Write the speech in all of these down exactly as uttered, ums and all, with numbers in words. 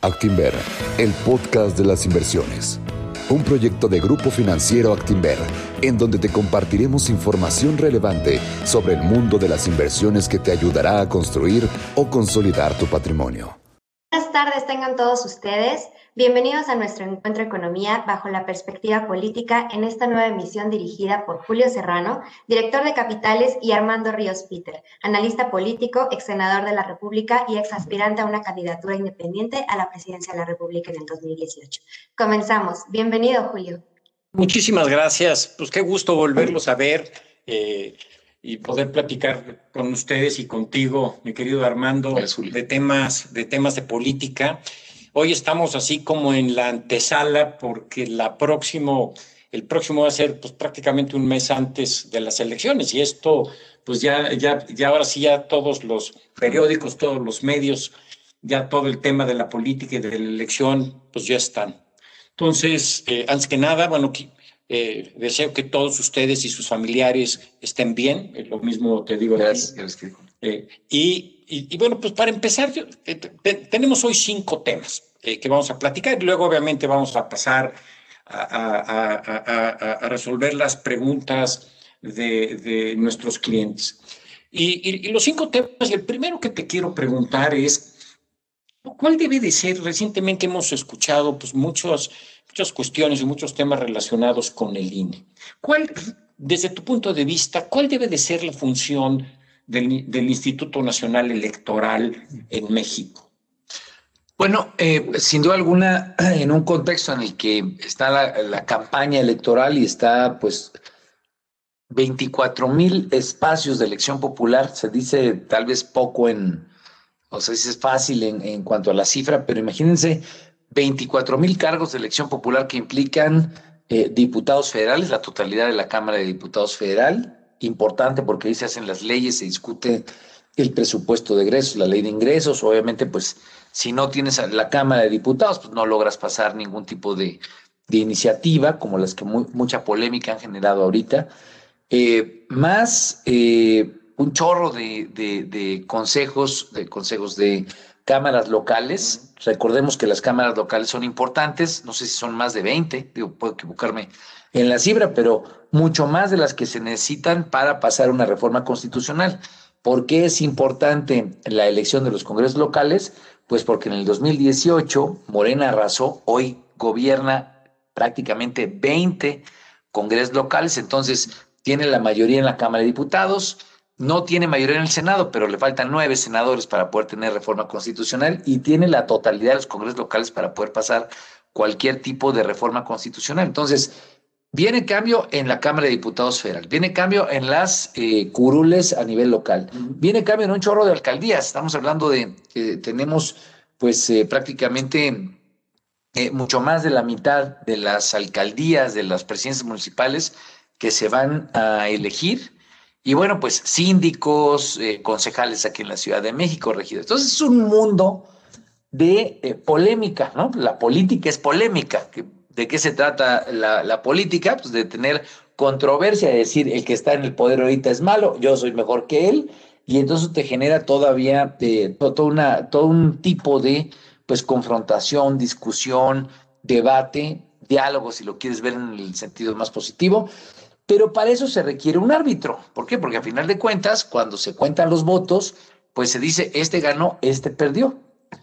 Actinver, el podcast de las inversiones. Un proyecto de Grupo Financiero Actinver, en donde te compartiremos información relevante sobre el mundo de las inversiones que te ayudará a construir o consolidar tu patrimonio. Buenas tardes tengan todos ustedes. Bienvenidos a nuestro encuentro Economía bajo la perspectiva política en esta nueva emisión dirigida por Julio Serrano, director de Capitales, y Armando Ríos Peter, analista político, ex senador de la República y ex aspirante a una candidatura independiente a la presidencia de la República en el dos mil dieciocho. Comenzamos. Bienvenido, Julio. Muchísimas gracias. Pues qué gusto volverlos a ver eh, y poder platicar con ustedes y contigo, mi querido Armando, de temas, de temas de política. Hoy estamos así como en la antesala porque la próximo, el próximo va a ser pues prácticamente un mes antes de las elecciones y esto pues ya, ya, ya ahora sí ya todos los periódicos, todos los medios, ya todo el tema de la política y de la elección pues ya están. Entonces, eh, antes que nada, bueno, eh, deseo que todos ustedes y sus familiares estén bien, eh, lo mismo te digo. Gracias, gracias. Eh, y Y, y bueno, pues para empezar, yo, eh, te, tenemos hoy cinco temas eh, que vamos a platicar y luego obviamente vamos a pasar a, a, a, a, a resolver las preguntas de, de nuestros clientes. Y, y, y los cinco temas, y el primero que te quiero preguntar es, ¿cuál debe de ser? Recientemente hemos escuchado pues muchos, muchas cuestiones y muchos temas relacionados con el I N E. ¿Cuál, desde tu punto de vista, cuál debe de ser la función Del, del Instituto Nacional Electoral en México? Bueno, eh, sin duda alguna, en un contexto en el que está la, la campaña electoral y está, pues, veinticuatro mil espacios de elección popular, se dice tal vez poco en, o sea, es fácil en, en cuanto a la cifra, pero imagínense veinticuatro mil cargos de elección popular que implican eh, diputados federales, la totalidad de la Cámara de Diputados Federal. Importante porque ahí se hacen las leyes, se discute el presupuesto de egresos, la ley de ingresos. Obviamente, pues, si no tienes a la Cámara de Diputados, pues no logras pasar ningún tipo de, de iniciativa, como las que muy, mucha polémica han generado ahorita. Eh, más eh, un chorro de, de, de consejos, de consejos de cámaras locales. Recordemos que las cámaras locales son importantes, no sé si son más de veinte, digo, puedo equivocarme en la cifra, pero mucho más de las que se necesitan para pasar una reforma constitucional. ¿Por qué es importante la elección de los congresos locales? Pues porque en el dos mil dieciocho Morena arrasó, hoy gobierna prácticamente veinte congresos locales, entonces tiene la mayoría en la Cámara de Diputados, no tiene mayoría en el Senado, pero le faltan nueve senadores para poder tener reforma constitucional y tiene la totalidad de los congresos locales para poder pasar cualquier tipo de reforma constitucional. Entonces, viene cambio en la Cámara de Diputados Federal, viene cambio en las eh, curules a nivel local, viene cambio en un chorro de alcaldías. Estamos hablando de que tenemos pues eh, prácticamente eh, mucho más de la mitad de las alcaldías, de las presidencias municipales que se van a elegir. Y bueno, pues síndicos, eh, concejales aquí en la Ciudad de México, regidores. Entonces es un mundo de eh, polémica, ¿no? La política es polémica. ¿De qué se trata la, la política? Pues de tener controversia, de decir el que está en el poder ahorita es malo, yo soy mejor que él, y entonces te genera todavía eh, todo, una, todo un tipo de pues confrontación, discusión, debate, diálogo, si lo quieres ver en el sentido más positivo. Pero para eso se requiere un árbitro. ¿Por qué? Porque a final de cuentas, cuando se cuentan los votos, pues se dice, este ganó, este perdió.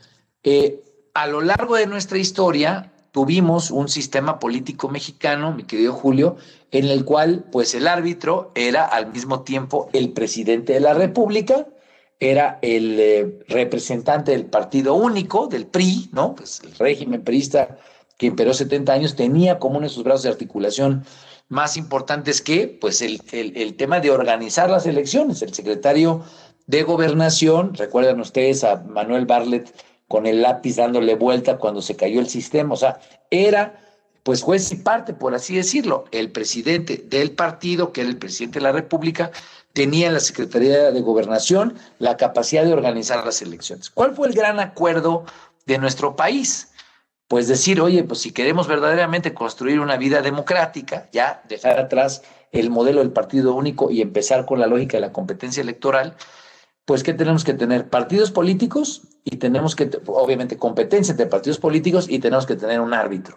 Eh, a lo largo de nuestra historia, tuvimos un sistema político mexicano, mi querido Julio, en el cual, pues, el árbitro era al mismo tiempo el presidente de la República, era el eh, representante del partido único, del P R I, ¿no? Pues el régimen priista que imperó setenta años, tenía como uno de sus brazos de articulación más importantes que pues el, el, el tema de organizar las elecciones. El secretario de Gobernación, recuerdan ustedes a Manuel Bartlett con el lápiz dándole vuelta cuando se cayó el sistema, o sea, era pues juez y parte, por así decirlo. El presidente del partido, que era el presidente de la República, tenía en la Secretaría de Gobernación la capacidad de organizar las elecciones. ¿Cuál fue el gran acuerdo de nuestro país? Pues decir, oye, pues si queremos verdaderamente construir una vida democrática, ya dejar atrás el modelo del partido único y empezar con la lógica de la competencia electoral, pues ¿qué tenemos que tener? Partidos políticos y tenemos que, obviamente, competencia entre partidos políticos y tenemos que tener un árbitro.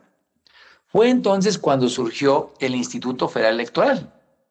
Fue entonces cuando surgió el Instituto Federal Electoral.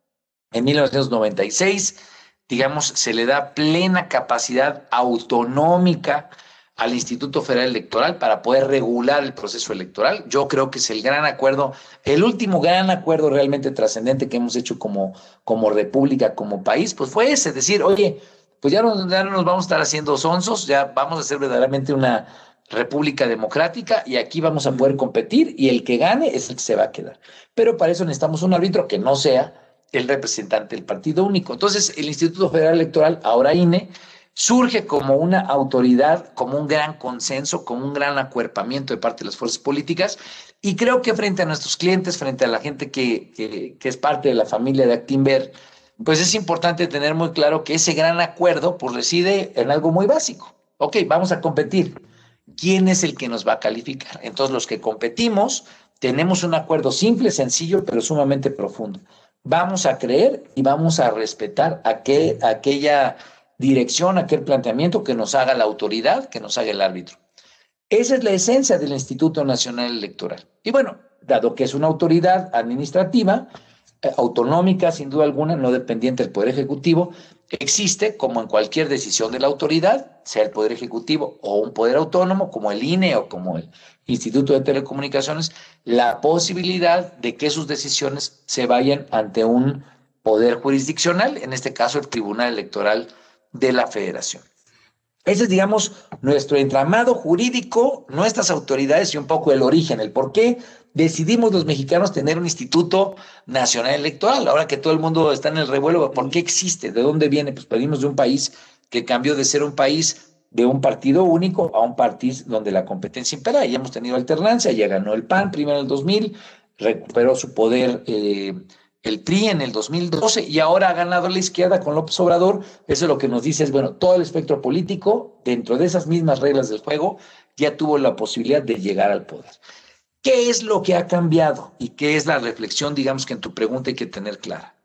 En mil novecientos noventa y seis, digamos, se le da plena capacidad autonómica al Instituto Federal Electoral para poder regular el proceso electoral. Yo creo que es el gran acuerdo, el último gran acuerdo realmente trascendente que hemos hecho como, como república, como país, pues fue ese, decir, oye, pues ya no, ya no nos vamos a estar haciendo sonsos, ya vamos a ser verdaderamente una república democrática y aquí vamos a poder competir y el que gane es el que se va a quedar. Pero para eso necesitamos un árbitro que no sea el representante del partido único. Entonces, el Instituto Federal Electoral, ahora I N E, surge como una autoridad, como un gran consenso, como un gran acuerpamiento de parte de las fuerzas políticas, y creo que frente a nuestros clientes, frente a la gente que, que, que es parte de la familia de Actinver, pues es importante tener muy claro que ese gran acuerdo pues reside en algo muy básico. Ok, vamos a competir. ¿Quién es el que nos va a calificar? Entonces, los que competimos tenemos un acuerdo simple, sencillo, pero sumamente profundo. Vamos a creer y vamos a respetar aquel, aquella dirección, aquel planteamiento que nos haga la autoridad, que nos haga el árbitro. Esa es la esencia del Instituto Nacional Electoral. Y bueno, dado que es una autoridad administrativa, eh, autonómica, sin duda alguna, no dependiente del Poder Ejecutivo, existe, como en cualquier decisión de la autoridad, sea el Poder Ejecutivo o un poder autónomo, como el I N E o como el Instituto de Telecomunicaciones, la posibilidad de que sus decisiones se vayan ante un poder jurisdiccional, en este caso el Tribunal Electoral de la Federación. Ese es, digamos, nuestro entramado jurídico, nuestras autoridades y un poco el origen, el por qué decidimos los mexicanos tener un Instituto Nacional Electoral. Ahora que todo el mundo está en el revuelo, ¿por qué existe? ¿De dónde viene? Pues venimos de un país que cambió de ser un país de un partido único a un país donde la competencia impera. Y hemos tenido alternancia, ya ganó el P A N primero en el dos mil, recuperó su poder eh, el P R I en el dos mil doce y ahora ha ganado la izquierda con López Obrador. Eso lo que nos dice es, bueno, todo el espectro político, dentro de esas mismas reglas del juego, ya tuvo la posibilidad de llegar al poder. ¿Qué es lo que ha cambiado? Y qué es la reflexión, digamos, que en tu pregunta hay que tener clara.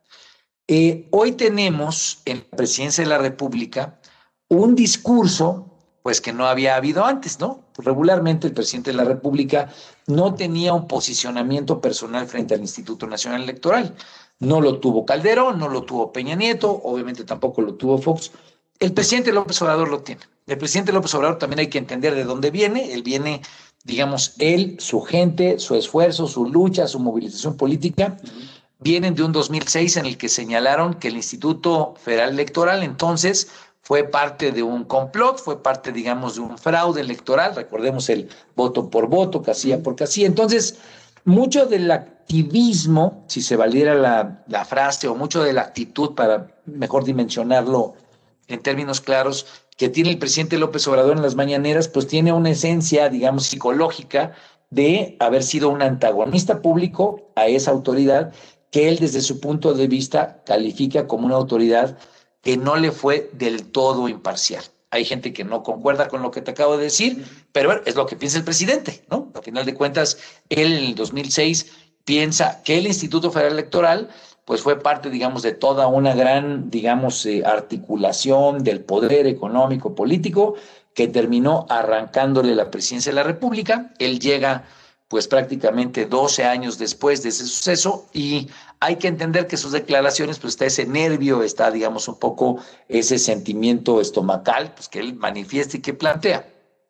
Eh, hoy tenemos en la Presidencia de la República un discurso, pues que no había habido antes, ¿no? Regularmente el presidente de la República no tenía un posicionamiento personal frente al Instituto Nacional Electoral. No lo tuvo Calderón, no lo tuvo Peña Nieto, obviamente tampoco lo tuvo Fox. El presidente López Obrador lo tiene. El presidente López Obrador también hay que entender de dónde viene. Él viene, digamos, él, su gente, su esfuerzo, su lucha, su movilización política, vienen de un dos mil seis en el que señalaron que el Instituto Federal Electoral entonces fue parte de un complot, fue parte, digamos, de un fraude electoral. Recordemos el voto por voto, casilla por casilla. Entonces, mucho del activismo, si se valiera la, la frase, o mucho de la actitud, para mejor dimensionarlo en términos claros, que tiene el presidente López Obrador en las mañaneras, pues tiene una esencia, digamos, psicológica de haber sido un antagonista público a esa autoridad que él, desde su punto de vista, califica como una autoridad que no le fue del todo imparcial. Hay gente que no concuerda con lo que te acabo de decir, pero bueno, es lo que piensa el presidente, ¿no? Al final de cuentas, él en el dos mil seis piensa que el Instituto Federal Electoral pues fue parte, digamos, de toda una gran, digamos, eh, articulación del poder económico, político, que terminó arrancándole la presidencia de la República. Él llega pues prácticamente doce años después de ese suceso, y hay que entender que sus declaraciones, pues está ese nervio, está, digamos, un poco ese sentimiento estomacal, pues que él manifiesta y que plantea.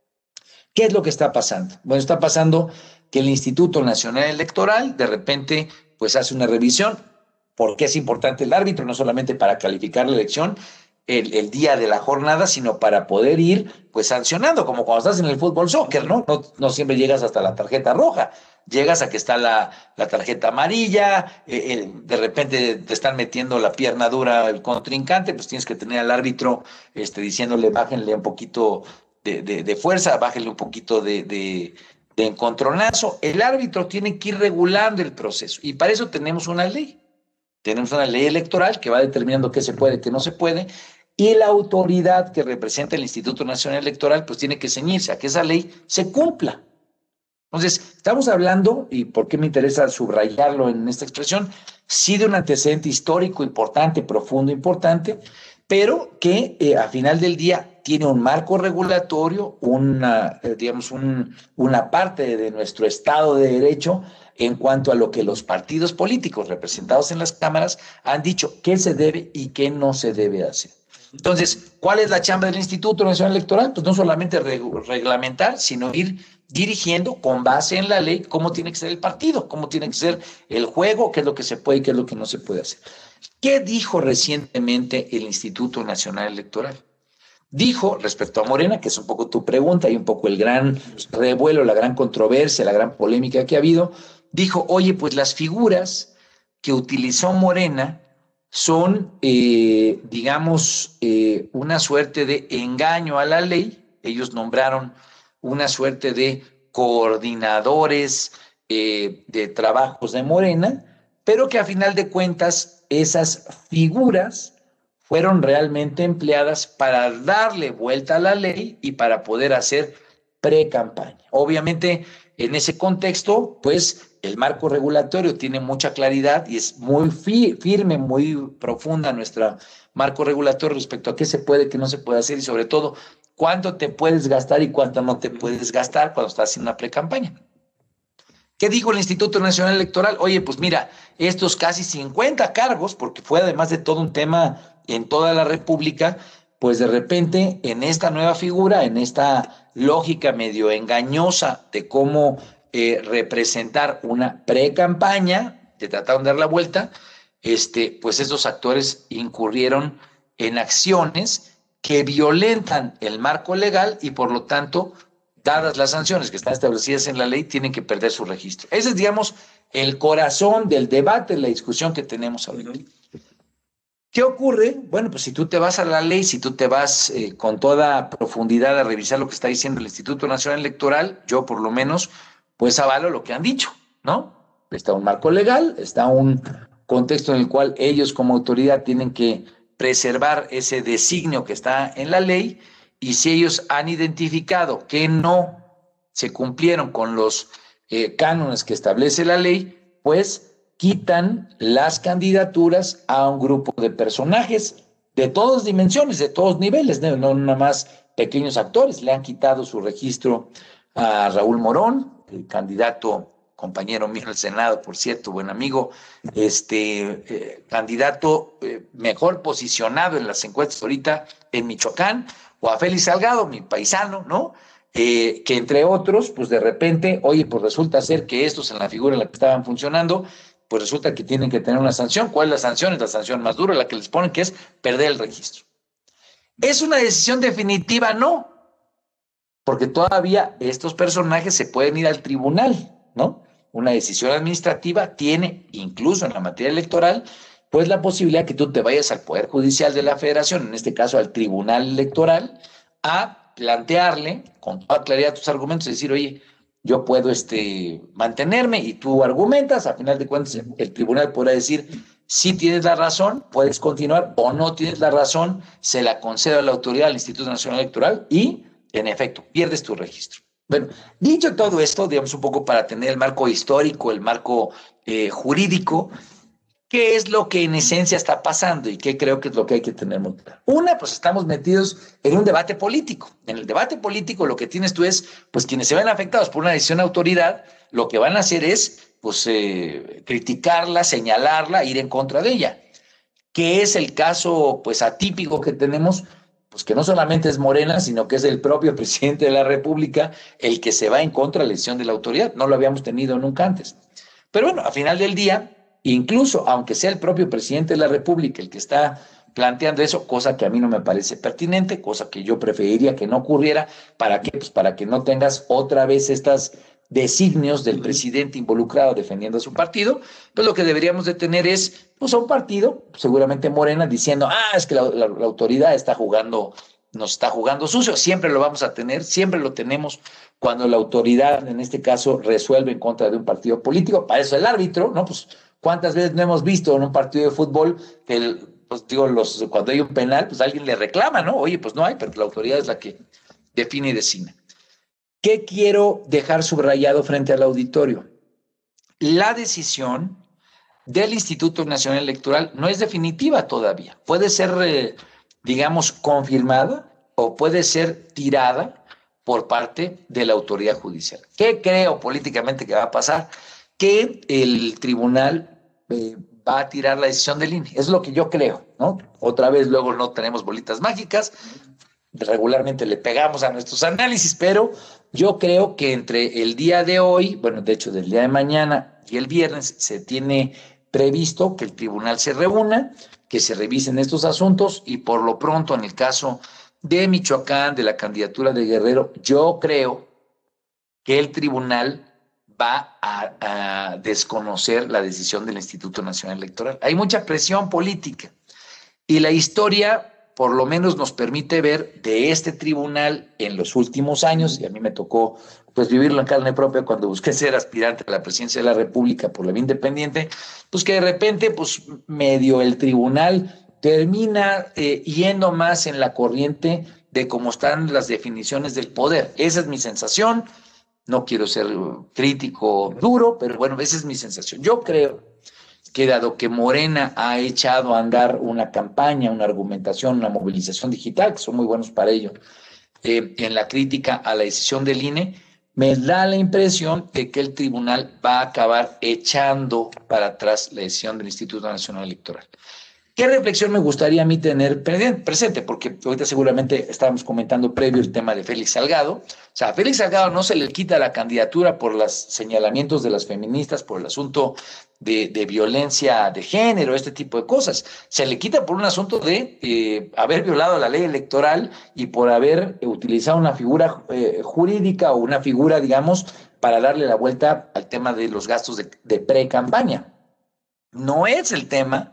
¿Qué es lo que está pasando? Bueno, está pasando que el Instituto Nacional Electoral de repente pues hace una revisión, porque es importante el árbitro, no solamente para calificar la elección el, el día de la jornada, sino para poder ir pues sancionando, como cuando estás en el fútbol soccer, ¿no? No, no siempre llegas hasta la tarjeta roja, llegas a que está la, la tarjeta amarilla, eh, eh, de repente te están metiendo la pierna dura el contrincante, pues tienes que tener al árbitro este, diciéndole, bájenle un poquito de, de, de fuerza, bájenle un poquito de, de, de encontronazo. El árbitro tiene que ir regulando el proceso, y para eso tenemos una ley. Tenemos una ley electoral que va determinando qué se puede, qué no se puede, y la autoridad que representa el Instituto Nacional Electoral pues tiene que ceñirse a que esa ley se cumpla. Entonces, estamos hablando, y por qué me interesa subrayarlo en esta expresión, sí de un antecedente histórico importante, profundo, importante, pero que eh, a final del día tiene un marco regulatorio, una, eh, digamos, un, una parte de nuestro Estado de Derecho en cuanto a lo que los partidos políticos representados en las cámaras han dicho qué se debe y qué no se debe hacer. Entonces, ¿cuál es la chamba del Instituto Nacional Electoral? Pues no solamente reg- reglamentar, sino ir dirigiendo con base en la ley cómo tiene que ser el partido, cómo tiene que ser el juego, qué es lo que se puede y qué es lo que no se puede hacer. ¿Qué dijo recientemente el Instituto Nacional Electoral? Dijo, respecto a Morena, que es un poco tu pregunta y un poco el gran revuelo, la gran controversia, la gran polémica que ha habido, dijo, oye, pues las figuras que utilizó Morena son, eh, digamos, eh, una suerte de engaño a la ley. Ellos nombraron una suerte de coordinadores eh, de trabajos de Morena, pero que a final de cuentas esas figuras fueron realmente empleadas para darle vuelta a la ley y para poder hacer pre-campaña. Obviamente, en ese contexto, pues el marco regulatorio tiene mucha claridad y es muy fi- firme, muy profunda nuestro marco regulatorio respecto a qué se puede, qué no se puede hacer y sobre todo cuánto te puedes gastar y cuánto no te puedes gastar cuando estás haciendo una pre-campaña. ¿Qué dijo el Instituto Nacional Electoral? Oye, pues mira, estos casi cincuenta cargos, porque fue además de todo un tema en toda la República, pues de repente en esta nueva figura, en esta lógica medio engañosa de cómo eh, representar una pre-campaña, de tratar de dar la vuelta, este, pues estos actores incurrieron en acciones que violentan el marco legal y por lo tanto, dadas las sanciones que están establecidas en la ley, tienen que perder su registro. Ese es, digamos, el corazón del debate, la discusión que tenemos ahorita. ¿Qué ocurre? Bueno, pues si tú te vas a la ley, si tú te vas eh, con toda profundidad a revisar lo que está diciendo el Instituto Nacional Electoral, yo por lo menos, pues avalo lo que han dicho, ¿no? Está un marco legal, está un contexto en el cual ellos como autoridad tienen que preservar ese designio que está en la ley, y si ellos han identificado que no se cumplieron con los eh, cánones que establece la ley, pues quitan las candidaturas a un grupo de personajes de todas dimensiones, de todos niveles, no, no nada más pequeños actores. Le han quitado su registro a Raúl Morón, el candidato, compañero mío en el Senado, por cierto, buen amigo, este eh, candidato eh, mejor posicionado en las encuestas ahorita en Michoacán, o a Félix Salgado, mi paisano, ¿no? Eh, que entre otros, pues de repente, oye, pues resulta ser que estos en la figura en la que estaban funcionando, pues resulta que tienen que tener una sanción. ¿Cuál es la sanción? Es la sanción más dura, la que les ponen, que es perder el registro. ¿Es una decisión definitiva? No, porque todavía estos personajes se pueden ir al tribunal, ¿no? Una decisión administrativa tiene, incluso en la materia electoral, pues la posibilidad que tú te vayas al Poder Judicial de la Federación, en este caso al Tribunal Electoral, a plantearle con toda claridad tus argumentos y decir, oye, yo puedo este, mantenerme y tú argumentas, a final de cuentas el tribunal podrá decir, si tienes la razón, puedes continuar, o no tienes la razón, se la concedo a la autoridad del Instituto Nacional Electoral y, en efecto, pierdes tu registro. Bueno, dicho todo esto, digamos un poco para tener el marco histórico, el marco eh, jurídico, ¿qué es lo que en esencia está pasando y qué creo que es lo que hay que tener muy claro? Una, pues estamos metidos en un debate político. En el debate político lo que tienes tú es, pues quienes se ven afectados por una decisión de autoridad, lo que van a hacer es, pues, eh, criticarla, señalarla, ir en contra de ella. ¿Qué es el caso, pues, atípico que tenemos? Pues que no solamente es Morena, sino que es el propio presidente de la República el que se va en contra de la decisión de la autoridad. No lo habíamos tenido nunca antes. Pero bueno, a final del día, incluso aunque sea el propio presidente de la República el que está planteando eso, cosa que a mí no me parece pertinente, cosa que yo preferiría que no ocurriera. ¿Para qué? Pues para que no tengas otra vez estos designios del presidente involucrado defendiendo a su partido. Pues lo que deberíamos de tener es, pues, a un partido, seguramente Morena, diciendo, ah, es que la, la, la autoridad está jugando, nos está jugando sucio. Siempre lo vamos a tener, siempre lo tenemos cuando la autoridad, en este caso, resuelve en contra de un partido político. Para eso el árbitro, ¿no? Pues, ¿cuántas veces no hemos visto en un partido de fútbol que, el, pues digo, los, cuando hay un penal, pues alguien le reclama, ¿no? Oye, pues no hay, pero la autoridad es la que define y designa. ¿Qué quiero dejar subrayado frente al auditorio? La decisión del Instituto Nacional Electoral no es definitiva todavía. Puede ser eh, digamos, confirmada o puede ser tirada por parte de la autoridad judicial. ¿Qué creo políticamente que va a pasar? Que el tribunal eh, va a tirar la decisión del I N E. Es lo que yo creo, ¿no? Otra vez, luego no tenemos bolitas mágicas, regularmente le pegamos a nuestros análisis, pero yo creo que entre el día de hoy, bueno, de hecho, del día de mañana y el viernes, se tiene previsto que el tribunal se reúna, que se revisen estos asuntos y por lo pronto, en el caso de Michoacán, de la candidatura de Guerrero, yo creo que el tribunal va a, a desconocer la decisión del Instituto Nacional Electoral. Hay mucha presión política y la historia por lo menos nos permite ver de este tribunal en los últimos años, y a mí me tocó pues vivirlo en carne propia cuando busqué ser aspirante a la presidencia de la República por la vía independiente, pues que de repente pues medio el tribunal termina eh, yendo más en la corriente de cómo están las definiciones del poder. Esa es mi sensación. No quiero ser crítico duro, pero bueno, esa es mi sensación. Yo creo que dado que Morena ha echado a andar una campaña, una argumentación, una movilización digital, que son muy buenos para ello, eh, en la crítica a la decisión del I N E, me da la impresión de que el tribunal va a acabar echando para atrás la decisión del Instituto Nacional Electoral. ¿Qué reflexión me gustaría a mí tener presente? Porque ahorita seguramente estábamos comentando previo el tema de Félix Salgado. O sea, a Félix Salgado no se le quita la candidatura por los señalamientos de las feministas, por el asunto de, de violencia de género, este tipo de cosas. Se le quita por un asunto de eh, haber violado la ley electoral y por haber utilizado una figura eh, jurídica o una figura, digamos, para darle la vuelta al tema de los gastos de, de pre-campaña. No es el tema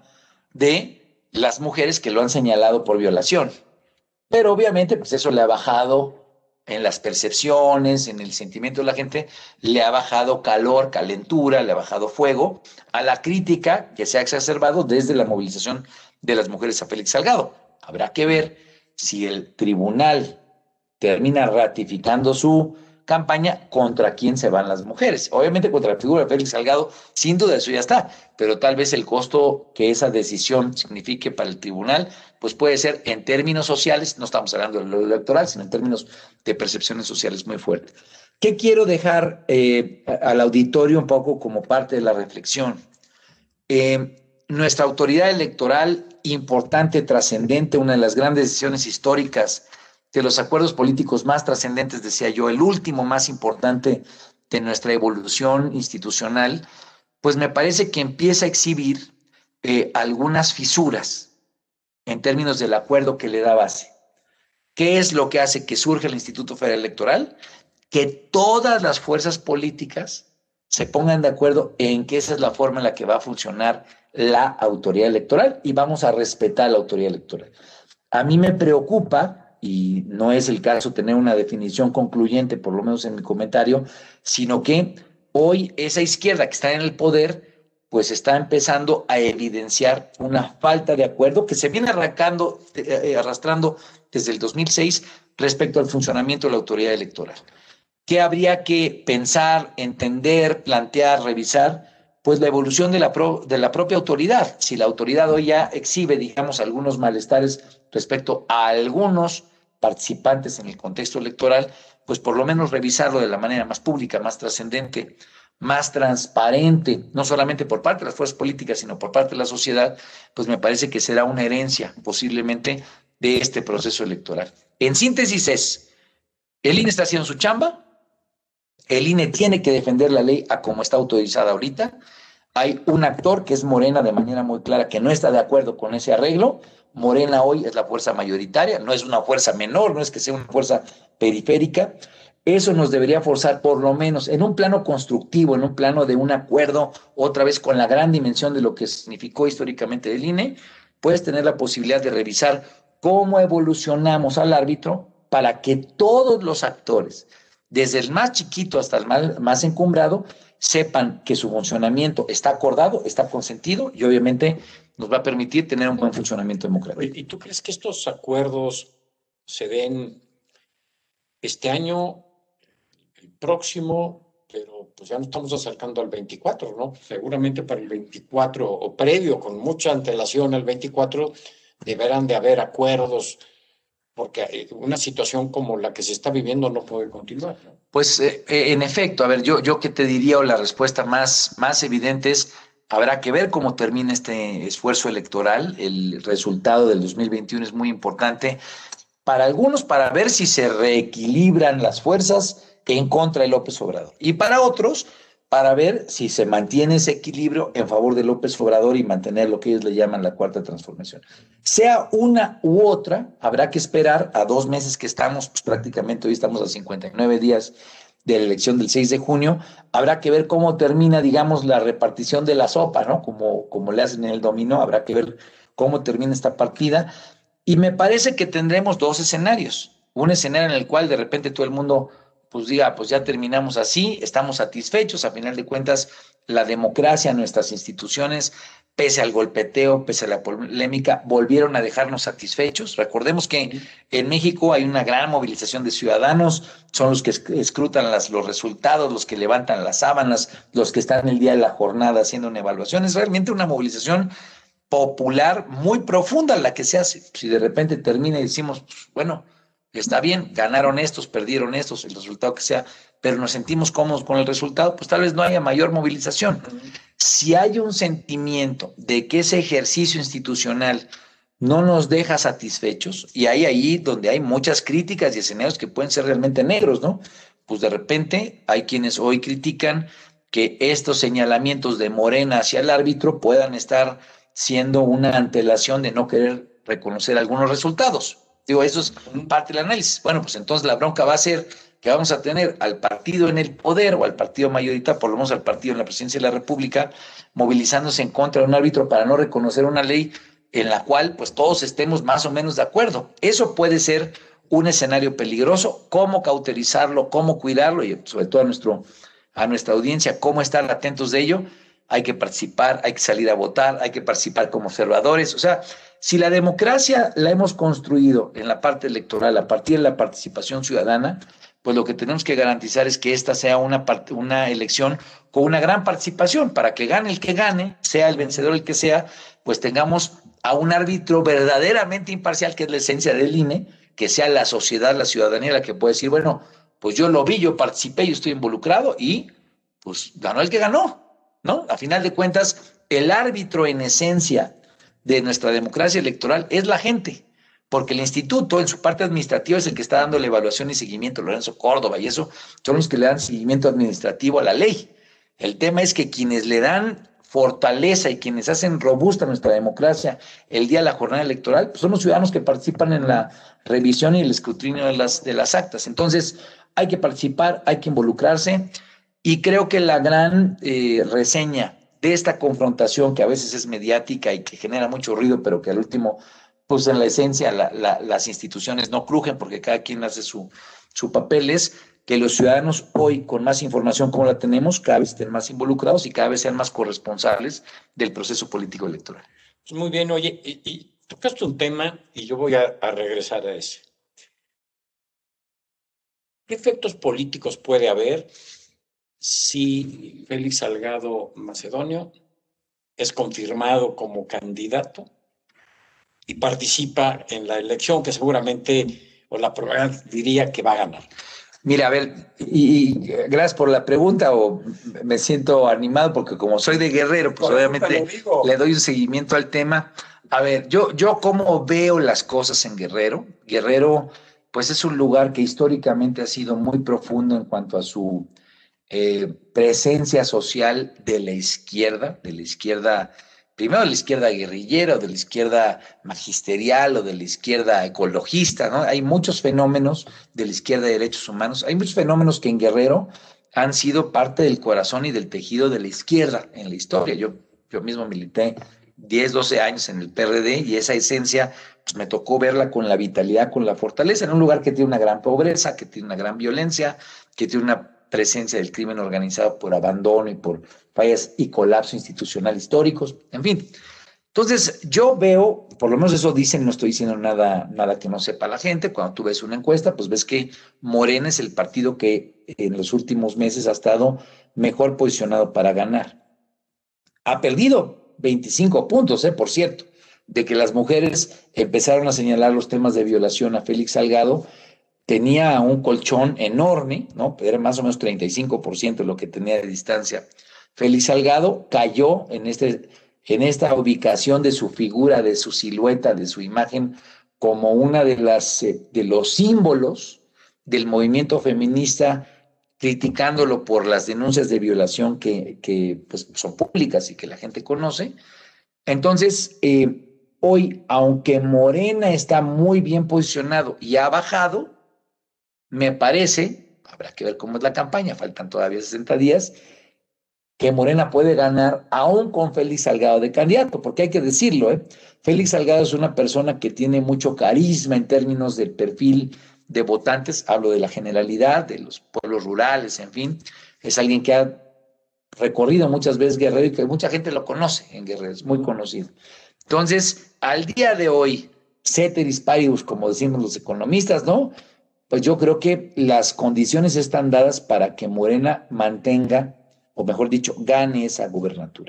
de las mujeres que lo han señalado por violación. Pero obviamente, pues eso le ha bajado en las percepciones, en el sentimiento de la gente, le ha bajado calor, calentura, le ha bajado fuego a la crítica que se ha exacerbado desde la movilización de las mujeres a Félix Salgado. Habrá que ver si el tribunal termina ratificando su campaña, contra quién se van las mujeres. Obviamente contra la figura de Félix Salgado, sin duda eso ya está, pero tal vez el costo que esa decisión signifique para el tribunal, pues puede ser en términos sociales, no estamos hablando de lo electoral, sino en términos de percepciones sociales muy fuertes. ¿Qué quiero dejar eh, al auditorio un poco como parte de la reflexión? Eh, nuestra autoridad electoral, importante, trascendente, una de las grandes decisiones históricas de los acuerdos políticos más trascendentes, decía yo, el último más importante de nuestra evolución institucional, pues me parece que empieza a exhibir eh, algunas fisuras en términos del acuerdo que le da base. ¿Qué es lo que hace que surja el Instituto Federal Electoral? Que todas las fuerzas políticas se pongan de acuerdo en que esa es la forma en la que va a funcionar la autoridad electoral y vamos a respetar la autoridad electoral. A mí me preocupa, y no es el caso tener una definición concluyente, por lo menos en mi comentario, sino que hoy esa izquierda que está en el poder, pues está empezando a evidenciar una falta de acuerdo que se viene arrancando, eh, arrastrando desde el dos mil seis respecto al funcionamiento de la autoridad electoral. ¿Qué habría que pensar, entender, plantear, revisar? Pues la evolución de la, pro, de la propia autoridad. Si la autoridad hoy ya exhibe, digamos, algunos malestares respecto a algunos participantes en el contexto electoral, pues por lo menos revisarlo de la manera más pública, más trascendente, más transparente, no solamente por parte de las fuerzas políticas, sino por parte de la sociedad, pues me parece que será una herencia posiblemente de este proceso electoral. En síntesis es, el I N E está haciendo su chamba, el I N E tiene que defender la ley a como está autorizada ahorita. Hay un actor que es Morena de manera muy clara que no está de acuerdo con ese arreglo. Morena hoy es la fuerza mayoritaria, no es una fuerza menor, no es que sea una fuerza periférica. Eso nos debería forzar por lo menos en un plano constructivo, en un plano de un acuerdo, otra vez con la gran dimensión de lo que significó históricamente el I N E, puedes tener la posibilidad de revisar cómo evolucionamos al árbitro para que todos los actores, desde el más chiquito hasta el más, más encumbrado, sepan que su funcionamiento está acordado, está consentido y obviamente nos va a permitir tener un buen funcionamiento democrático. ¿Y tú crees que estos acuerdos se den este año, el próximo, pero pues ya no estamos acercando al veinticuatro, ¿no? Seguramente para el veinticuatro o previo, con mucha antelación al veinticuatro, deberán de haber acuerdos, porque una situación como la que se está viviendo no puede continuar, ¿no? Pues eh, en efecto, a ver, yo, yo qué te diría, o la respuesta más, más evidente es, habrá que ver cómo termina este esfuerzo electoral. El resultado del dos mil veintiuno es muy importante para algunos, para ver si se reequilibran las fuerzas en contra de López Obrador, y para otros, para ver si se mantiene ese equilibrio en favor de López Obrador y mantener lo que ellos le llaman la cuarta transformación. Sea una u otra, habrá que esperar a dos meses que estamos, pues prácticamente hoy estamos a cincuenta y nueve días de la elección del seis de junio, habrá que ver cómo termina, digamos, la repartición de la sopa, ¿no? Como, como le hacen en el dominó, habrá que ver cómo termina esta partida. Y me parece que tendremos dos escenarios. Un escenario en el cual de repente todo el mundo pues diga, pues ya terminamos así, estamos satisfechos, a final de cuentas la democracia, nuestras instituciones, pese al golpeteo, pese a la polémica, volvieron a dejarnos satisfechos. Recordemos que en México hay una gran movilización de ciudadanos, son los que escrutan las, los resultados, los que levantan las sábanas, los que están el día de la jornada haciendo una evaluación. Es realmente una movilización popular muy profunda la que se hace. Si de repente termina y decimos, pues, bueno, está bien, ganaron estos, perdieron estos, el resultado que sea, pero nos sentimos cómodos con el resultado, pues tal vez no haya mayor movilización. Si hay un sentimiento de que ese ejercicio institucional no nos deja satisfechos, y hay ahí donde hay muchas críticas y escenarios que pueden ser realmente negros, ¿no? Pues de repente hay quienes hoy critican que estos señalamientos de Morena hacia el árbitro puedan estar siendo una antelación de no querer reconocer algunos resultados. Digo, eso es parte del análisis. Bueno, pues entonces la bronca va a ser que vamos a tener al partido en el poder o al partido mayoritario, por lo menos al partido en la presidencia de la República, movilizándose en contra de un árbitro para no reconocer una ley en la cual pues todos estemos más o menos de acuerdo. Eso puede ser un escenario peligroso. ¿Cómo cauterizarlo? ¿Cómo cuidarlo? Y sobre todo a, nuestro, a nuestra audiencia, ¿cómo estar atentos de ello? Hay que participar, hay que salir a votar, hay que participar como observadores. O sea, si la democracia la hemos construido en la parte electoral a partir de la participación ciudadana, pues lo que tenemos que garantizar es que esta sea una, part- una elección con una gran participación, para que gane el que gane, sea el vencedor el que sea, pues tengamos a un árbitro verdaderamente imparcial, que es la esencia del I N E, que sea la sociedad, la ciudadanía la que puede decir, bueno, pues yo lo vi, yo participé, yo estoy involucrado y pues ganó el que ganó, ¿no? A final de cuentas, el árbitro en esencia de nuestra democracia electoral es la gente, porque el instituto en su parte administrativa es el que está dando la evaluación y seguimiento, Lorenzo Córdoba y eso, son los que le dan seguimiento administrativo a la ley. El tema es que quienes le dan fortaleza y quienes hacen robusta nuestra democracia el día de la jornada electoral, pues son los ciudadanos que participan en la revisión y el escrutinio de las, de las actas. Entonces, hay que participar, hay que involucrarse, y creo que la gran eh, reseña de esta confrontación, que a veces es mediática y que genera mucho ruido, pero que al último, pues en la esencia la, la, las instituciones no crujen porque cada quien hace su, su papel, es que los ciudadanos hoy, con más información como la tenemos, cada vez estén más involucrados y cada vez sean más corresponsables del proceso político electoral. Pues muy bien, oye, y, y tocaste un tema y yo voy a, a regresar a ese. ¿Qué efectos políticos puede haber si Félix Salgado Macedonio es confirmado como candidato y participa en la elección que seguramente, o la probabilidad diría que va a ganar? Mira, a ver, y, y gracias por la pregunta, o me siento animado porque como soy de Guerrero, pues Por obviamente le doy un seguimiento al tema. A ver, yo, yo cómo veo las cosas en Guerrero. Guerrero, pues es un lugar que históricamente ha sido muy profundo en cuanto a su eh, presencia social de la izquierda, de la izquierda, primero de la izquierda guerrillera, o de la izquierda magisterial, o de la izquierda ecologista, ¿no? Hay muchos fenómenos de la izquierda de derechos humanos, hay muchos fenómenos que en Guerrero han sido parte del corazón y del tejido de la izquierda en la historia. Yo, yo mismo milité diez, doce años en el P R D y esa esencia pues me tocó verla con la vitalidad, con la fortaleza, en un lugar que tiene una gran pobreza, que tiene una gran violencia, que tiene una presencia del crimen organizado por abandono y por fallas y colapso institucional históricos, en fin. Entonces, yo veo, por lo menos eso dicen, no estoy diciendo nada, nada que no sepa la gente, cuando tú ves una encuesta, pues ves que Morena es el partido que en los últimos meses ha estado mejor posicionado para ganar. Ha perdido veinticinco puntos, eh, por cierto, de que las mujeres empezaron a señalar los temas de violación a Félix Salgado, tenía un colchón enorme, ¿no? Era más o menos treinta y cinco por ciento lo que tenía de distancia. Félix Salgado cayó en, este, en esta ubicación de su figura, de su silueta, de su imagen, como una de las de los símbolos del movimiento feminista, criticándolo por las denuncias de violación que, que pues, son públicas y que la gente conoce. Entonces, eh, hoy, aunque Morena está muy bien posicionado y ha bajado, me parece, habrá que ver cómo es la campaña, faltan todavía sesenta días, que Morena puede ganar aún con Félix Salgado de candidato, porque hay que decirlo, ¿eh? Félix Salgado es una persona que tiene mucho carisma en términos del perfil de votantes, hablo de la generalidad, de los pueblos rurales, en fin, es alguien que ha recorrido muchas veces Guerrero y que mucha gente lo conoce en Guerrero, es muy conocido. Entonces, al día de hoy, ceteris paribus, como decimos los economistas, ¿no? Pues yo creo que las condiciones están dadas para que Morena mantenga, o mejor dicho, gane esa gubernatura.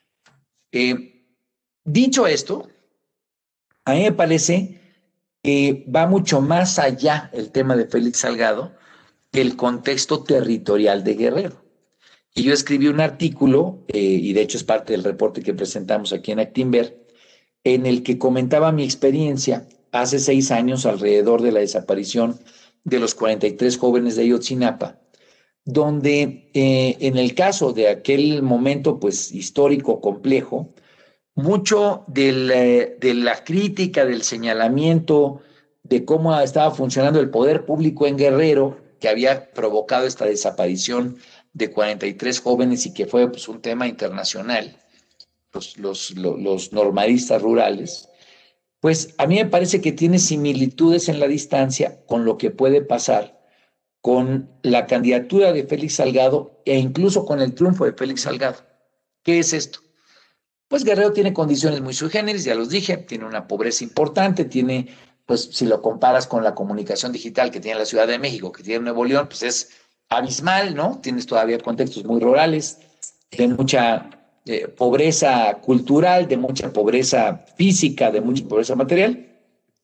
Eh, dicho esto, a mí me parece que va mucho más allá el tema de Félix Salgado que el contexto territorial de Guerrero. Y yo escribí un artículo, eh, y de hecho es parte del reporte que presentamos aquí en Actinver, en el que comentaba mi experiencia hace seis años alrededor de la desaparición de los cuarenta y tres jóvenes de Ayotzinapa, donde eh, en el caso de aquel momento pues histórico complejo, mucho de la, de la crítica, del señalamiento de cómo estaba funcionando el poder público en Guerrero, que había provocado esta desaparición de cuarenta y tres jóvenes y que fue pues, un tema internacional, los, los, los, los normalistas rurales, pues a mí me parece que tiene similitudes en la distancia con lo que puede pasar con la candidatura de Félix Salgado e incluso con el triunfo de Félix Salgado. ¿Qué es esto? Pues Guerrero tiene condiciones muy sui generis, ya los dije, tiene una pobreza importante, tiene, pues si lo comparas con la comunicación digital que tiene la Ciudad de México, que tiene Nuevo León, pues es abismal, ¿no? Tienes todavía contextos muy rurales, de mucha eh, pobreza cultural, de mucha pobreza física, de mucha pobreza material.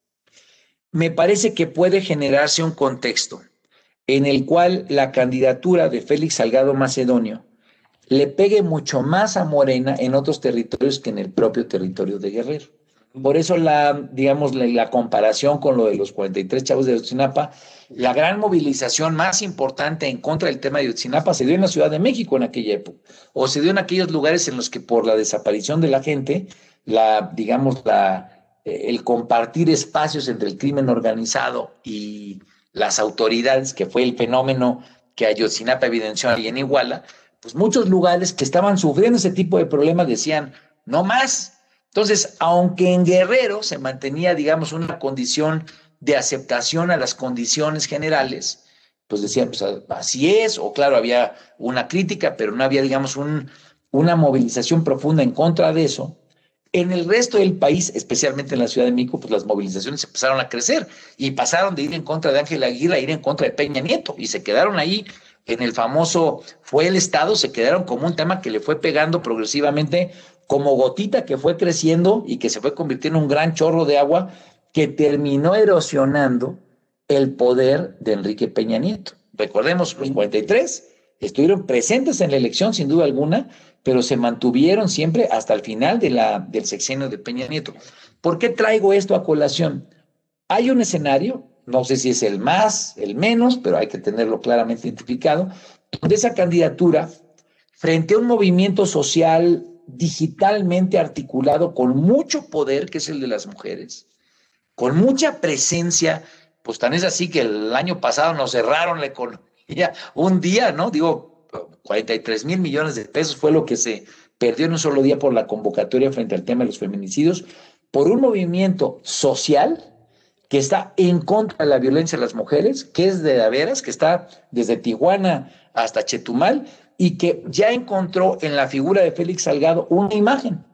Me parece que puede generarse un contexto en el cual la candidatura de Félix Salgado Macedonio le pegue mucho más a Morena en otros territorios que en el propio territorio de Guerrero. Por eso la, digamos, la, la comparación con lo de los cuarenta y tres chavos de Ayotzinapa, la gran movilización más importante en contra del tema de Ayotzinapa se dio en la Ciudad de México en aquella época, o se dio en aquellos lugares en los que por la desaparición de la gente, la, digamos, la, eh, el compartir espacios entre el crimen organizado y las autoridades, que fue el fenómeno que Ayotzinapa evidenció ahí en Iguala, pues muchos lugares que estaban sufriendo ese tipo de problemas decían, no más. Entonces, aunque en Guerrero se mantenía, digamos, una condición de aceptación a las condiciones generales, pues decían, pues así es, o claro, había una crítica, pero no había, digamos, un, una movilización profunda en contra de eso. En el resto del país, especialmente en la Ciudad de México, pues las movilizaciones empezaron a crecer y pasaron de ir en contra de Ángel Aguirre a ir en contra de Peña Nieto y se quedaron ahí en el famoso fue el Estado, se quedaron como un tema que le fue pegando progresivamente como gotita que fue creciendo y que se fue convirtiendo en un gran chorro de agua que terminó erosionando el poder de Enrique Peña Nieto. Recordemos, los cuarenta y tres estuvieron presentes en la elección sin duda alguna, pero se mantuvieron siempre hasta el final de la, del sexenio de Peña Nieto. ¿Por qué traigo esto a colación? Hay un escenario, no sé si es el más, el menos, pero hay que tenerlo claramente identificado, donde esa candidatura, frente a un movimiento social digitalmente articulado con mucho poder, que es el de las mujeres, con mucha presencia, pues tan es así que el año pasado nos cerraron la economía un día, ¿no? Digo, cuarenta y tres mil millones de pesos fue lo que se perdió en un solo día por la convocatoria frente al tema de los feminicidios, por un movimiento social que está en contra de la violencia de las mujeres, que es de veras, que está desde Tijuana hasta Chetumal, y que ya encontró en la figura de Félix Salgado una imagen,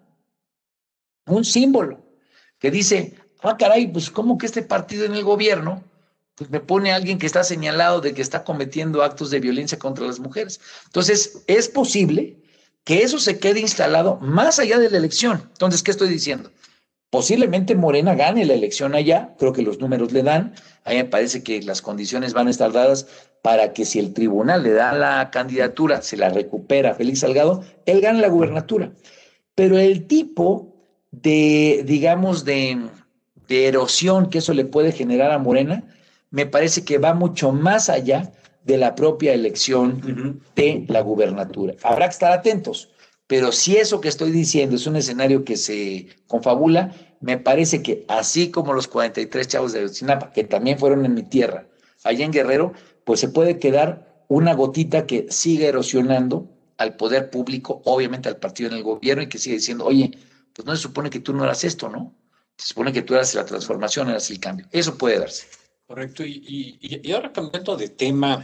un símbolo, que dice, ah, caray, pues ¿cómo que este partido en el gobierno pues me pone a alguien que está señalado de que está cometiendo actos de violencia contra las mujeres? Entonces, es posible que eso se quede instalado más allá de la elección. Entonces, ¿qué estoy diciendo? posiblemente Morena gane la elección allá, creo que los números le dan, a mí me parece que las condiciones van a estar dadas para que si el tribunal le da la candidatura, se la recupera a Félix Salgado, él gane la gubernatura. Pero el tipo de, digamos, de, de erosión que eso le puede generar a Morena, me parece que va mucho más allá de la propia elección uh-huh. de la gubernatura. Habrá que estar atentos, pero si eso que estoy diciendo es un escenario que se confabula, me parece que así como los cuarenta y tres chavos de Ayotzinapa, que también fueron en mi tierra, allá en Guerrero, pues se puede quedar una gotita que sigue erosionando al poder público, obviamente al partido en el gobierno, y que sigue diciendo, oye, pues no se supone que tú no eras esto, ¿no? Se supone que tú eras la transformación, eras el cambio. Eso puede darse. Correcto. Y, y, y ahora cambiando de tema,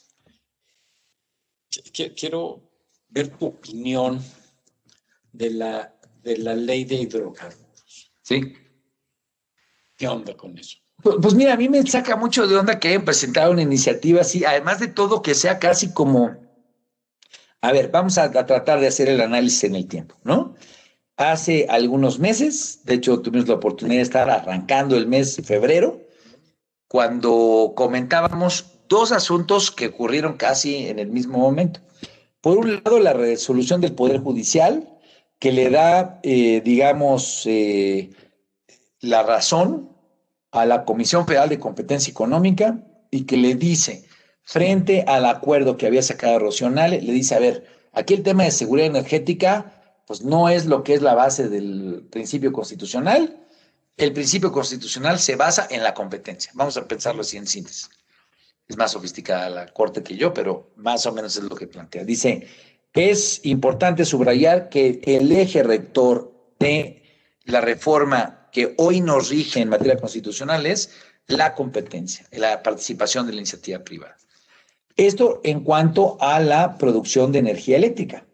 quiero ver tu opinión de la, de la ley de hidrocarburos. Sí. ¿Qué onda con eso? Pues, pues mira, a mí me saca mucho de onda que hayan presentado una iniciativa así, además de todo que sea casi como, a ver, vamos a, a tratar de hacer el análisis en el tiempo, ¿no? Hace algunos meses, de hecho tuvimos la oportunidad de estar arrancando el mes de febrero, cuando comentábamos dos asuntos que ocurrieron casi en el mismo momento. Por un lado, la resolución del Poder Judicial, que le da, eh, digamos, eh, la razón a la Comisión Federal de Competencia Económica y que le dice, frente al acuerdo que había sacado Rocío Nale, le dice, a ver, aquí el tema de seguridad energética, pues no es lo que es la base del principio constitucional. El principio constitucional se basa en la competencia. Vamos a pensarlo así en síntesis. Es más sofisticada la Corte que yo, pero más o menos es lo que plantea. Dice que es importante subrayar que el eje rector de la reforma que hoy nos rige en materia constitucional es la competencia, la participación de la iniciativa privada. Esto en cuanto a la producción de energía eléctrica.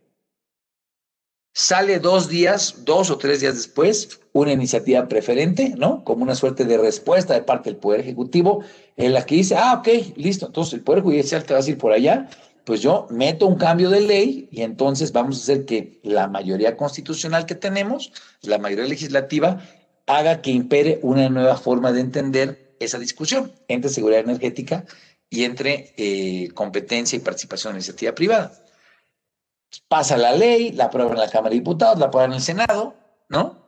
Sale dos días, dos o tres días después, una iniciativa preferente, ¿no? Como una suerte de respuesta de parte del Poder Ejecutivo, en la que dice, ah, ok, listo, entonces el Poder Judicial te va a ir por allá, pues yo meto un cambio de ley y entonces vamos a hacer que la mayoría constitucional que tenemos, la mayoría legislativa, haga que impere una nueva forma de entender esa discusión entre seguridad energética y entre eh, competencia y participación en la iniciativa privada. Pasa la ley, la aprueban en la Cámara de Diputados, la aprueban en el Senado, ¿no?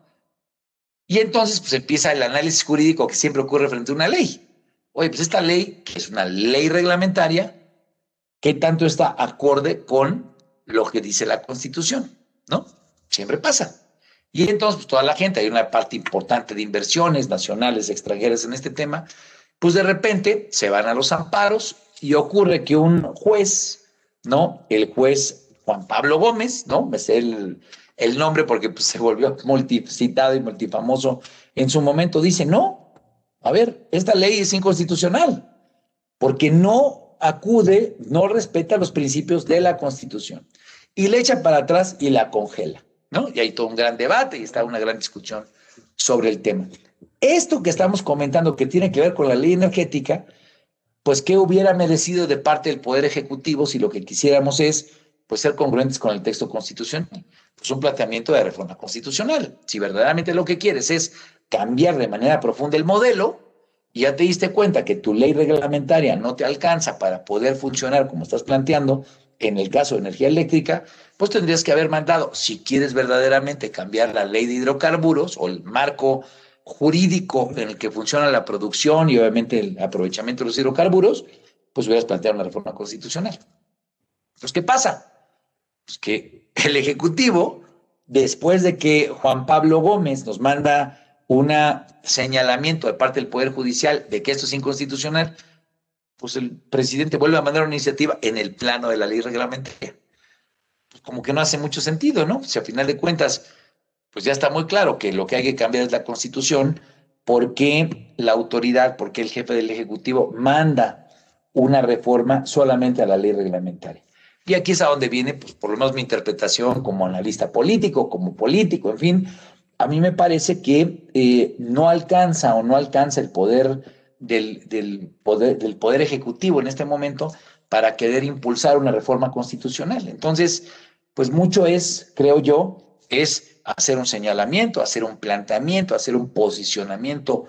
Y entonces pues empieza el análisis jurídico que siempre ocurre frente a una ley. Oye, pues esta ley, que es una ley reglamentaria, ¿qué tanto está acorde con lo que dice la Constitución? ¿No? Siempre pasa. Y entonces pues toda la gente, hay una parte importante de inversiones nacionales, extranjeras en este tema, pues de repente se van a los amparos y ocurre que un juez, ¿no? El juez Juan Pablo Gómez, ¿no? Me sé el, el nombre porque pues, se volvió multicitado y multifamoso en su momento, dice, no, a ver, esta ley es inconstitucional porque no acude, no respeta los principios de la Constitución y le echa para atrás y la congela, ¿no? Y hay todo un gran debate y está una gran discusión sobre el tema. Esto que estamos comentando que tiene que ver con la ley energética, pues ¿qué hubiera merecido de parte del Poder Ejecutivo si lo que quisiéramos es pues ser congruentes con el texto constitucional? Pues un planteamiento de reforma constitucional. Si verdaderamente lo que quieres es cambiar de manera profunda el modelo, y ya te diste cuenta que tu ley reglamentaria no te alcanza para poder funcionar como estás planteando en el caso de energía eléctrica, pues tendrías que haber mandado, si quieres verdaderamente cambiar la ley de hidrocarburos o el marco jurídico en el que funciona la producción y obviamente el aprovechamiento de los hidrocarburos, pues hubieras planteado una reforma constitucional. Pues, ¿qué pasa? Pues que el Ejecutivo, después de que Juan Pablo Gómez nos manda un señalamiento de parte del Poder Judicial de que esto es inconstitucional, pues el presidente vuelve a mandar una iniciativa en el plano de la ley reglamentaria. Pues como que no hace mucho sentido, ¿no? Si a final de cuentas, pues ya está muy claro que lo que hay que cambiar es la Constitución, porque la autoridad, porque el jefe del Ejecutivo manda una reforma solamente a la ley reglamentaria. Y aquí es a donde viene, pues, por lo menos mi interpretación como analista político, como político, en fin, a mí me parece que eh, no alcanza o no alcanza el poder del, del poder del poder ejecutivo en este momento para querer impulsar una reforma constitucional. Entonces, pues mucho es, creo yo, es hacer un señalamiento, hacer un planteamiento, hacer un posicionamiento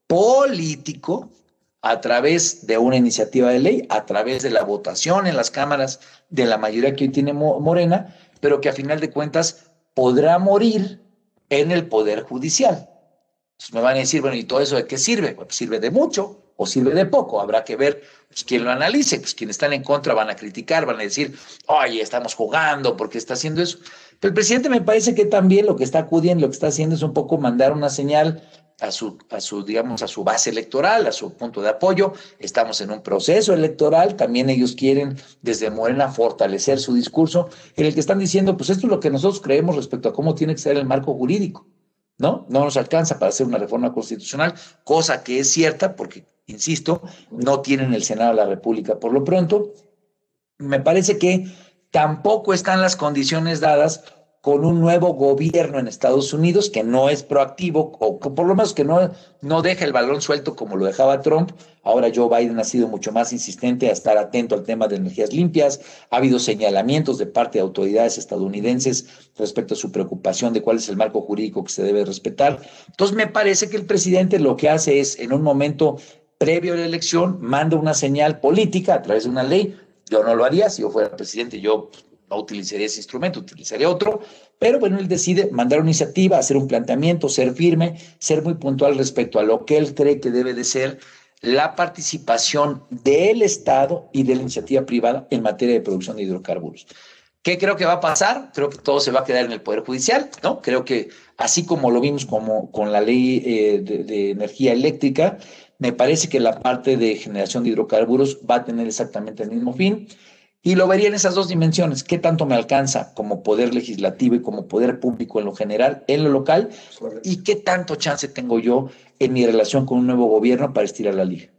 político a través de una iniciativa de ley, a través de la votación en las cámaras de la mayoría que hoy tiene Morena, pero que a final de cuentas podrá morir en el Poder Judicial. Entonces me van a decir, bueno, ¿y todo eso de qué sirve? Pues sirve de mucho o sirve de poco. Habrá que ver pues, quién lo analice. Pues quienes están en contra van a criticar, van a decir, oye, estamos jugando, ¿por qué está haciendo eso? Pero el presidente me parece que también lo que está acudiendo, lo que está haciendo es un poco mandar una señal a su, a su, digamos, a su base electoral, a su punto de apoyo. Estamos en un proceso electoral, también ellos quieren desde Morena fortalecer su discurso, en el que están diciendo, pues esto es lo que nosotros creemos respecto a cómo tiene que ser el marco jurídico, ¿no? No nos alcanza para hacer una reforma constitucional, cosa que es cierta, porque, insisto, no tienen el Senado de la República por lo pronto. Me parece que tampoco están las condiciones dadas con un nuevo gobierno en Estados Unidos que no es proactivo, o por lo menos que no, no deja el balón suelto como lo dejaba Trump. Ahora Joe Biden ha sido mucho más insistente a estar atento al tema de energías limpias. Ha habido señalamientos de parte de autoridades estadounidenses respecto a su preocupación de cuál es el marco jurídico que se debe respetar. Entonces me parece que el presidente lo que hace es, en un momento previo a la elección, manda una señal política a través de una ley. Yo no lo haría, si yo fuera presidente, yo no utilizaría ese instrumento, utilizaría otro, pero bueno, él decide mandar una iniciativa, hacer un planteamiento, ser firme, ser muy puntual respecto a lo que él cree que debe de ser la participación del Estado y de la iniciativa privada en materia de producción de hidrocarburos. ¿Qué creo que va a pasar? Creo que todo se va a quedar en el Poder Judicial, ¿no? Creo que así como lo vimos como, con la ley eh, de, de energía eléctrica, me parece que la parte de generación de hidrocarburos va a tener exactamente el mismo fin. Y lo vería en esas dos dimensiones. ¿Qué tanto me alcanza como poder legislativo y como poder público en lo general, en lo local? Correcto. ¿Y qué tanto chance tengo yo en mi relación con un nuevo gobierno para estirar la liga?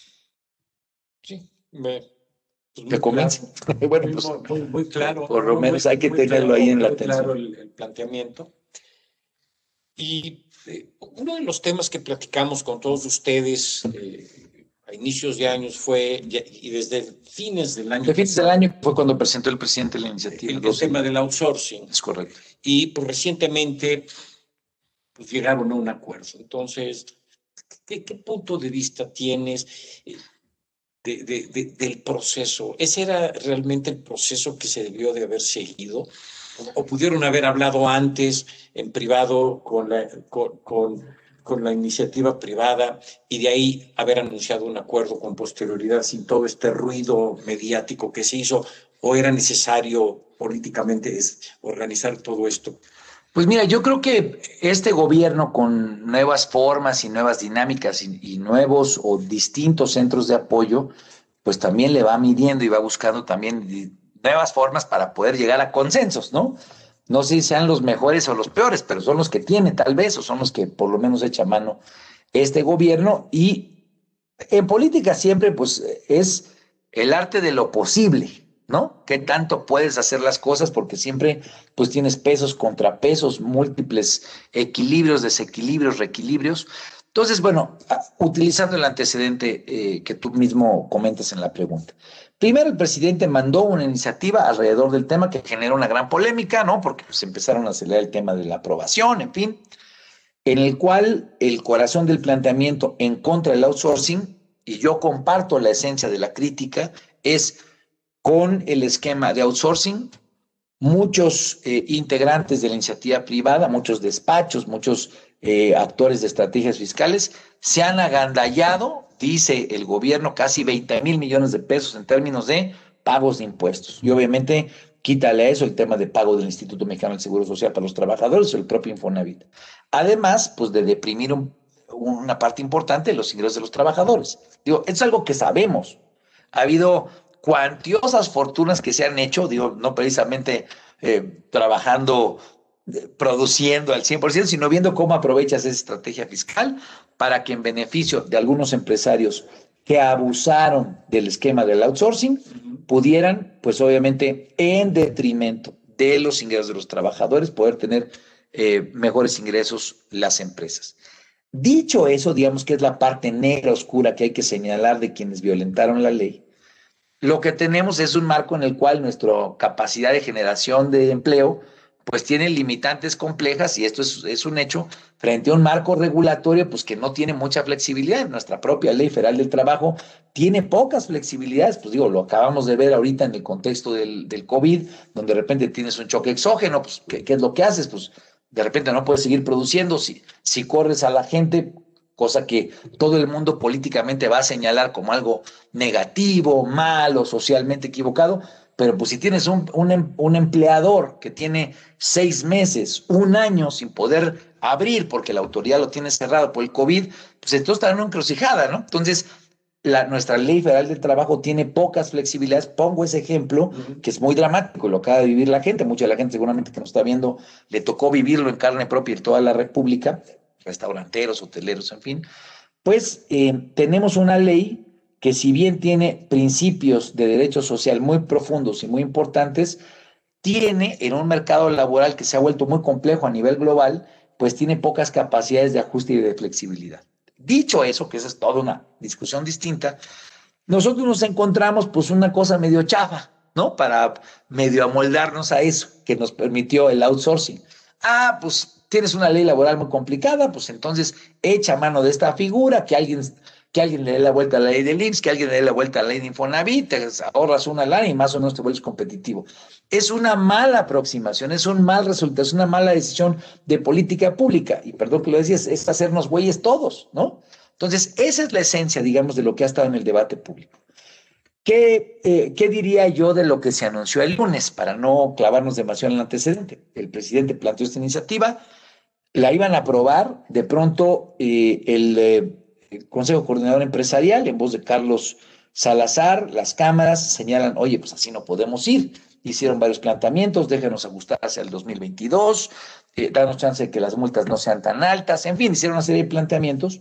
Sí, me, pues ¿Te convence? Claro. Bueno, pues muy, muy, muy claro. Por lo menos hay que tenerlo claro, ahí en la muy atención. Claro el, el planteamiento. Y eh, uno de los temas que platicamos con todos ustedes eh, a inicios de años fue, y desde fines del año De fines pasado, del año fue cuando presentó el presidente la iniciativa. El, el tema del outsourcing. Es correcto. Y pues recientemente pues, llegaron a un acuerdo. Entonces, ¿qué, qué punto de vista tienes de, de, de, del proceso? ¿Ese era realmente el proceso que se debió de haber seguido? ¿O, o pudieron haber hablado antes en privado con la... Con, con, con la iniciativa privada y de ahí haber anunciado un acuerdo con posterioridad sin todo este ruido mediático que se hizo, o era necesario políticamente organizar todo esto? Pues mira, yo creo que este gobierno con nuevas formas y nuevas dinámicas y, y nuevos o distintos centros de apoyo, pues también le va midiendo y va buscando también nuevas formas para poder llegar a consensos, ¿no? No sé si sean los mejores o los peores, pero son los que tiene tal vez, o son los que por lo menos echa mano este gobierno. Y en política siempre pues es el arte de lo posible, ¿no? ¿Qué tanto puedes hacer las cosas? Porque siempre pues tienes pesos, contrapesos, múltiples equilibrios, desequilibrios, reequilibrios. Entonces, bueno, utilizando el antecedente eh, que tú mismo comentas en la pregunta. Primero, el presidente mandó una iniciativa alrededor del tema que generó una gran polémica, ¿no? Porque pues, empezaron a acelerar el tema de la aprobación, en fin, en el cual el corazón del planteamiento en contra del outsourcing, y yo comparto la esencia de la crítica, es con el esquema de outsourcing, muchos eh, integrantes de la iniciativa privada, muchos despachos, muchos eh, actores de estrategias fiscales, se han agandallado, dice el gobierno, casi veinte mil millones de pesos en términos de pagos de impuestos. Y obviamente quítale a eso el tema de pago del Instituto Mexicano del Seguro Social para los trabajadores o el propio Infonavit. Además, pues de deprimir un, una parte importante de los ingresos de los trabajadores. Digo, es algo que sabemos. Ha habido cuantiosas fortunas que se han hecho, digo, no precisamente eh, trabajando, eh, produciendo al cien por ciento, sino viendo cómo aprovechas esa estrategia fiscal para que en beneficio de algunos empresarios que abusaron del esquema del outsourcing pudieran, pues obviamente en detrimento de los ingresos de los trabajadores, poder tener eh, mejores ingresos las empresas. Dicho eso, digamos que es la parte negra, oscura que hay que señalar de quienes violentaron la ley. Lo que tenemos es un marco en el cual nuestra capacidad de generación de empleo pues tiene limitantes complejas, y esto es, es un hecho, frente a un marco regulatorio pues que no tiene mucha flexibilidad. Nuestra propia Ley Federal del Trabajo tiene pocas flexibilidades, pues digo, lo acabamos de ver ahorita en el contexto del, del COVID, donde de repente tienes un choque exógeno, pues ¿qué, qué es lo que haces? Pues de repente no puedes seguir produciendo si, si corres a la gente, cosa que todo el mundo políticamente va a señalar como algo negativo, malo, socialmente equivocado. Pero pues si tienes un, un, un empleador que tiene seis meses, un año sin poder abrir porque la autoridad lo tiene cerrado por el COVID, pues entonces está en una encrucijada, ¿no? Entonces, la, nuestra Ley Federal del Trabajo tiene pocas flexibilidades. Pongo ese ejemplo, uh-huh, que es muy dramático, lo acaba de vivir la gente. Mucha de la gente seguramente que nos está viendo le tocó vivirlo en carne propia en toda la República, restauranteros, hoteleros, en fin. Pues eh, tenemos una ley que, si bien tiene principios de derecho social muy profundos y muy importantes, tiene en un mercado laboral que se ha vuelto muy complejo a nivel global, pues tiene pocas capacidades de ajuste y de flexibilidad. Dicho eso, que esa es toda una discusión distinta, nosotros nos encontramos pues una cosa medio chafa, ¿no? Para medio amoldarnos a eso que nos permitió el outsourcing. Ah, pues tienes una ley laboral muy complicada, pues entonces echa mano de esta figura, que alguien... que alguien le dé la vuelta a la ley del I M S S, que alguien le dé la vuelta a la ley de Infonavit, te ahorras una lana y más o menos te vuelves competitivo. Es una mala aproximación, es un mal resultado, es una mala decisión de política pública. Y perdón que lo decías, es hacernos güeyes todos, ¿no? Entonces, esa es la esencia, digamos, de lo que ha estado en el debate público. ¿Qué, eh, ¿Qué diría yo de lo que se anunció el lunes? Para no clavarnos demasiado en el antecedente. El presidente planteó esta iniciativa, la iban a aprobar, de pronto eh, el... Eh, el Consejo Coordinador Empresarial, en voz de Carlos Salazar, las cámaras señalan, oye, pues así no podemos ir. Hicieron varios planteamientos, déjenos ajustar hacia el dos mil veintidós, eh, danos chance de que las multas no sean tan altas, en fin, hicieron una serie de planteamientos.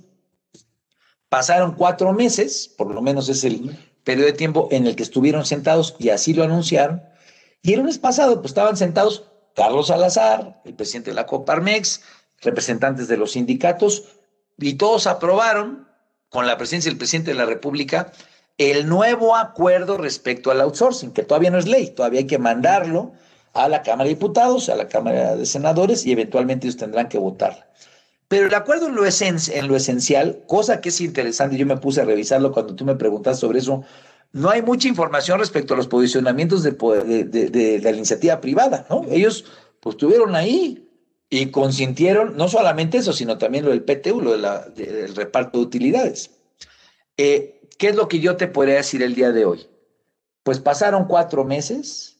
Pasaron cuatro meses, por lo menos es el periodo de tiempo en el que estuvieron sentados y así lo anunciaron. Y el lunes pasado, pues estaban sentados Carlos Salazar, el presidente de la Coparmex, representantes de los sindicatos, y todos aprobaron, con la presencia del presidente de la República, el nuevo acuerdo respecto al outsourcing, que todavía no es ley, todavía hay que mandarlo a la Cámara de Diputados, a la Cámara de Senadores, y eventualmente ellos tendrán que votarla. Pero el acuerdo en lo, esen- en lo esencial, cosa que es interesante, yo me puse a revisarlo cuando tú me preguntas sobre eso, no hay mucha información respecto a los posicionamientos de, de, de, de, de la iniciativa privada, ¿no? Ellos pues estuvieron ahí y consintieron no solamente eso, sino también lo del P T U, lo de la, de, del reparto de utilidades. Eh, ¿Qué es lo que yo te podría decir el día de hoy? Pues pasaron cuatro meses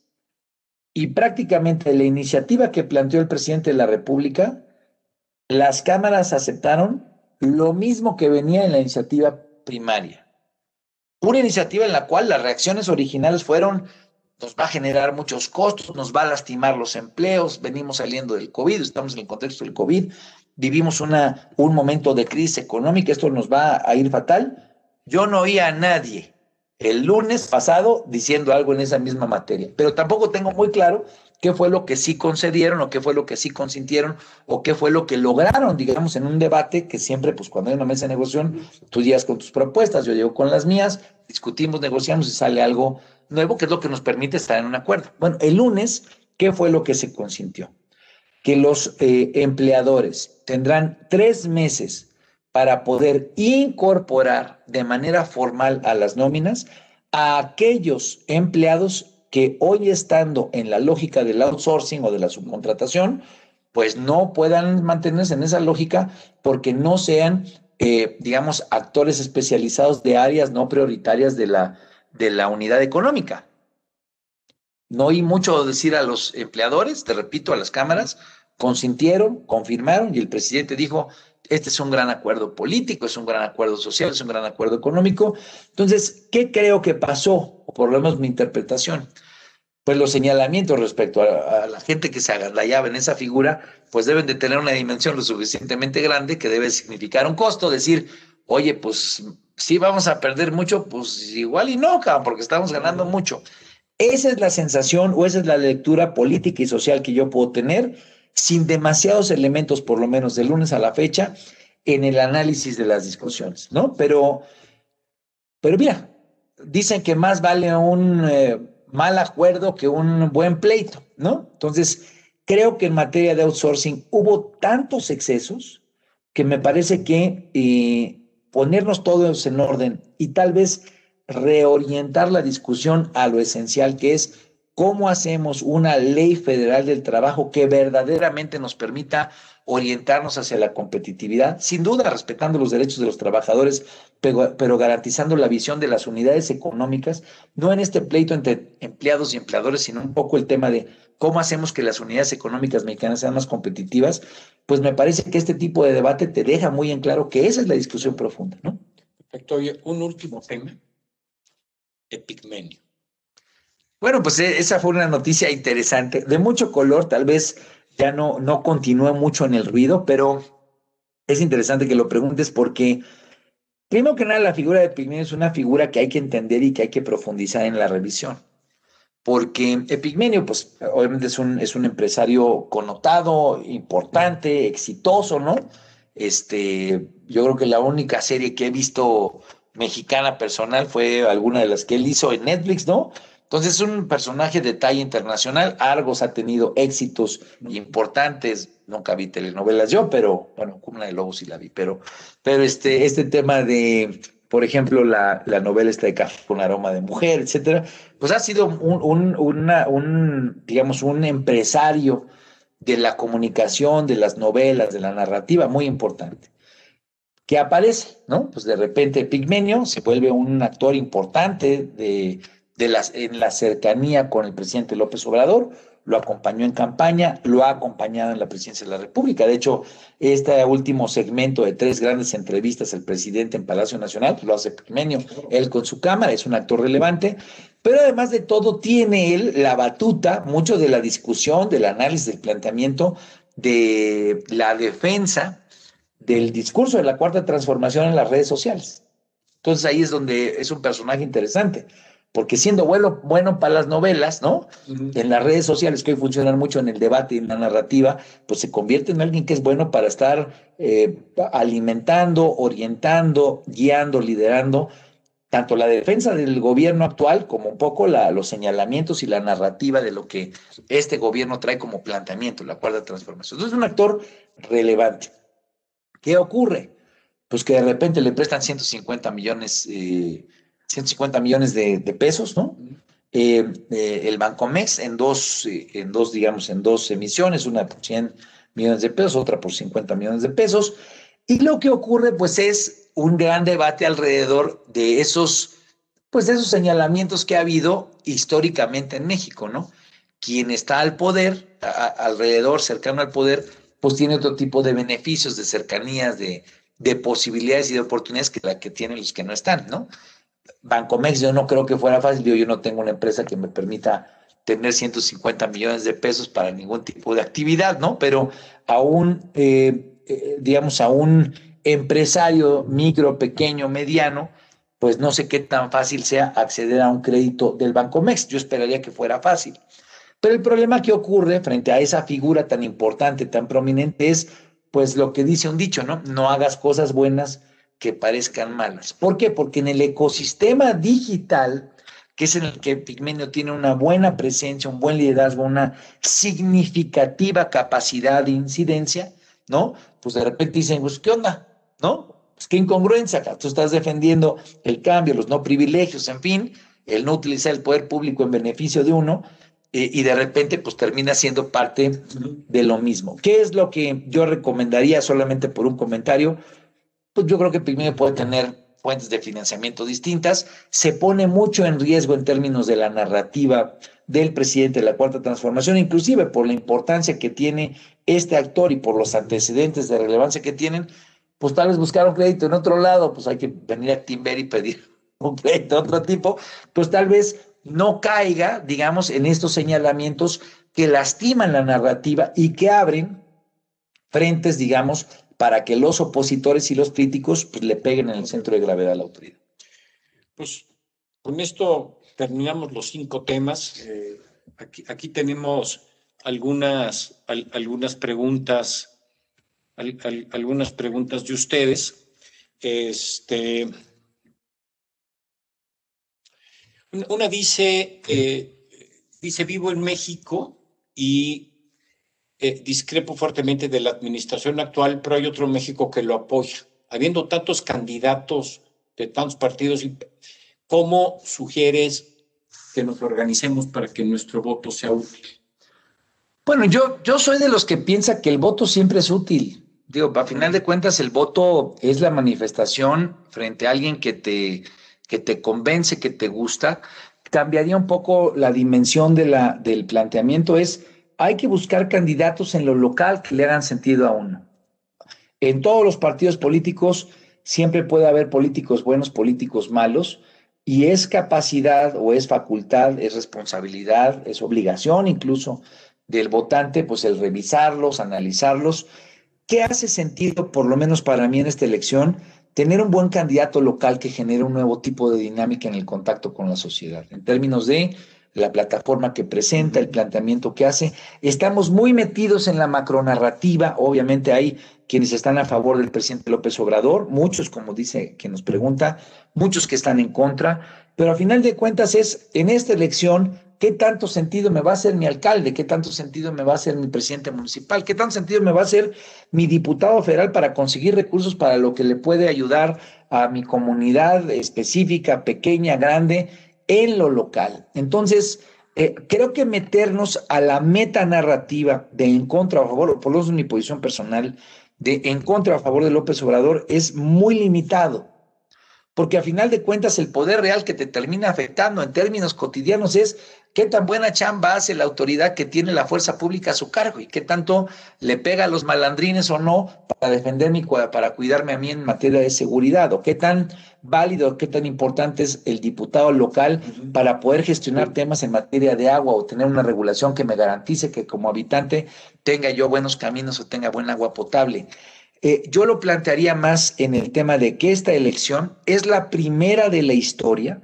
y prácticamente la iniciativa que planteó el presidente de la República, las cámaras aceptaron lo mismo que venía en la iniciativa primaria. Una iniciativa en la cual las reacciones originales fueron: nos va a generar muchos costos, nos va a lastimar los empleos, venimos saliendo del COVID, estamos en el contexto del COVID, vivimos una, un momento de crisis económica, esto nos va a ir fatal. Yo no oí a nadie el lunes pasado diciendo algo en esa misma materia, pero tampoco tengo muy claro qué fue lo que sí concedieron o qué fue lo que sí consintieron o qué fue lo que lograron, digamos, en un debate que siempre, pues cuando hay una mesa de negociación, tú llegas con tus propuestas, yo llego con las mías, discutimos, negociamos y sale algo nuevo, que es lo que nos permite estar en un acuerdo. Bueno, el lunes, ¿qué fue lo que se consintió? Que los eh, empleadores tendrán tres meses para poder incorporar de manera formal a las nóminas a aquellos empleados que hoy, estando en la lógica del outsourcing o de la subcontratación, pues no puedan mantenerse en esa lógica porque no sean, eh, digamos, actores especializados de áreas no prioritarias de la, de la unidad económica. No oí mucho decir a los empleadores, te repito, a las cámaras, consintieron, confirmaron, y el presidente dijo: este es un gran acuerdo político, es un gran acuerdo social, es un gran acuerdo económico. Entonces, ¿qué creo que pasó? O por lo menos mi interpretación. Pues los señalamientos respecto a, a la gente que se agandallaba en esa figura, pues deben de tener una dimensión lo suficientemente grande que debe significar un costo. Decir, oye, pues sí vamos a perder mucho, pues igual y no, cabrón, porque estamos ganando mucho. Esa es la sensación o esa es la lectura política y social que yo puedo tener, sin demasiados elementos, por lo menos de lunes a la fecha, en el análisis de las discusiones, ¿no? Pero, pero mira, dicen que más vale un eh, mal acuerdo que un buen pleito, ¿no? Entonces, creo que en materia de outsourcing hubo tantos excesos que me parece que eh, ponernos todos en orden y tal vez reorientar la discusión a lo esencial, que es cómo hacemos una ley federal del trabajo que verdaderamente nos permita orientarnos hacia la competitividad, sin duda respetando los derechos de los trabajadores, pero, pero garantizando la visión de las unidades económicas, no en este pleito entre empleados y empleadores, sino un poco el tema de cómo hacemos que las unidades económicas mexicanas sean más competitivas. Pues me parece que este tipo de debate te deja muy en claro que esa es la discusión profunda, ¿no? Perfecto. Oye, un último tema, Epigmenio. Bueno, pues esa fue una noticia interesante, de mucho color, tal vez ya no, no continúa mucho en el ruido, pero es interesante que lo preguntes porque, primero que nada, la figura de Epigmenio es una figura que hay que entender y que hay que profundizar en la revisión. Porque Epigmenio, pues, obviamente es un, es un empresario connotado, importante, exitoso, ¿no? Este, yo creo que la única serie que he visto mexicana personal fue alguna de las que él hizo en Netflix, ¿no? Entonces es un personaje de talla internacional. Argos ha tenido éxitos importantes. Nunca vi telenovelas yo, pero bueno, Cuna de Lobos sí la vi. Pero, pero este, este tema de, por ejemplo, la, la novela esta de Café con aroma de mujer, etcétera, pues ha sido un, un, una, un, digamos, un empresario de la comunicación, de las novelas, de la narrativa, muy importante. Que aparece, ¿no? Pues de repente Epigmenio se vuelve un actor importante de, de las, en la cercanía con el presidente López Obrador, lo acompañó en campaña, lo ha acompañado en la presidencia de la República. De hecho, este último segmento de tres grandes entrevistas al presidente en Palacio Nacional, pues lo hace Epigmenio, él con su cámara, es un actor relevante, pero además de todo tiene él la batuta, mucho de la discusión, del análisis, del planteamiento, de la defensa del discurso de la cuarta transformación en las redes sociales. Entonces ahí es donde es un personaje interesante, porque siendo bueno, bueno para las novelas, ¿no? Uh-huh. En las redes sociales, que hoy funcionan mucho en el debate y en la narrativa, pues se convierte en alguien que es bueno para estar eh, alimentando, orientando, guiando, liderando tanto la defensa del gobierno actual como un poco la, los señalamientos y la narrativa de lo que este gobierno trae como planteamiento, la cuarta transformación. Entonces es un actor relevante. ¿Qué ocurre? Pues que de repente le prestan ciento cincuenta millones, eh, ciento cincuenta millones de, de pesos, ¿no? Eh, eh, el Bancomex en dos, eh, en dos, digamos, en dos emisiones, una por cien millones de pesos, otra por cincuenta millones de pesos. Y lo que ocurre, pues, es un gran debate alrededor de esos, pues, de esos señalamientos que ha habido históricamente en México, ¿no? Quien está al poder, a, alrededor, cercano al poder, pues tiene otro tipo de beneficios, de cercanías, de, de posibilidades y de oportunidades que la que tienen los que no están, ¿no? Bancomex, yo no creo que fuera fácil, yo, yo no tengo una empresa que me permita tener ciento cincuenta millones de pesos para ningún tipo de actividad, ¿no? Pero a un, eh, eh, digamos, a un empresario micro, pequeño, mediano, pues no sé qué tan fácil sea acceder a un crédito del Bancomex. Yo esperaría que fuera fácil. Pero el problema que ocurre frente a esa figura tan importante, tan prominente, es pues lo que dice un dicho, ¿no? No hagas cosas buenas que parezcan malas. ¿Por qué? Porque en el ecosistema digital, que es en el que Epigmenio tiene una buena presencia, un buen liderazgo, una significativa capacidad de incidencia, ¿no? Pues de repente dicen, pues, ¿qué onda? ¿No? Pues qué incongruencia, tú estás defendiendo el cambio, los no privilegios, en fin, el no utilizar el poder público en beneficio de uno, Eh, y de repente pues termina siendo parte de lo mismo. ¿Qué es lo que yo recomendaría solamente por un comentario? Pues yo creo que Epigmenio puede tener fuentes de financiamiento distintas, se pone mucho en riesgo en términos de la narrativa del presidente de la Cuarta Transformación, inclusive por la importancia que tiene este actor y por los antecedentes de relevancia que tienen, pues tal vez buscar un crédito en otro lado, pues hay que venir a Actinver y pedir un crédito de otro tipo, pues tal vez no caiga, digamos, en estos señalamientos que lastiman la narrativa y que abren frentes, digamos, para que los opositores y los críticos pues, le peguen en el centro de gravedad a la autoridad. Pues con esto terminamos los cinco temas. Eh, aquí, aquí tenemos algunas, al, algunas preguntas, al, al, algunas preguntas de ustedes. Este... Una dice, eh, dice, vivo en México y eh, discrepo fuertemente de la administración actual, pero hay otro México que lo apoya. Habiendo tantos candidatos de tantos partidos, ¿cómo sugieres que nos organicemos para que nuestro voto sea útil? Bueno, yo, yo soy de los que piensa que el voto siempre es útil. Digo, a final de cuentas, el voto es la manifestación frente a alguien que te, que te convence, que te gusta. Cambiaría un poco la dimensión de la, del planteamiento. Es, hay que buscar candidatos en lo local que le hagan sentido a uno. En todos los partidos políticos siempre puede haber políticos buenos, políticos malos, y es capacidad o es facultad, es responsabilidad, es obligación incluso del votante, pues el revisarlos, analizarlos. ¿Qué hace sentido, por lo menos para mí en esta elección, tener un buen candidato local que genere un nuevo tipo de dinámica en el contacto con la sociedad? En términos de la plataforma que presenta, el planteamiento que hace. Estamos muy metidos en la macronarrativa. Obviamente hay quienes están a favor del presidente López Obrador, muchos, como dice quien nos pregunta, muchos que están en contra, pero a final de cuentas es en esta elección qué tanto sentido me va a hacer mi alcalde, qué tanto sentido me va a hacer mi presidente municipal, qué tanto sentido me va a hacer mi diputado federal para conseguir recursos para lo que le puede ayudar a mi comunidad específica, pequeña, grande, en lo local. Entonces, eh, creo que meternos a la metanarrativa de en contra o a favor, o por lo menos en mi posición personal, de en contra o a favor de López Obrador es muy limitado, porque a final de cuentas el poder real que te termina afectando en términos cotidianos es qué tan buena chamba hace la autoridad que tiene la fuerza pública a su cargo y qué tanto le pega a los malandrines o no para defenderme, para cuidarme a mí en materia de seguridad, o qué tan válido, qué tan importante es el diputado local para poder gestionar temas en materia de agua o tener una regulación que me garantice que como habitante tenga yo buenos caminos o tenga buen agua potable. Eh, yo lo plantearía más en el tema de que esta elección es la primera de la historia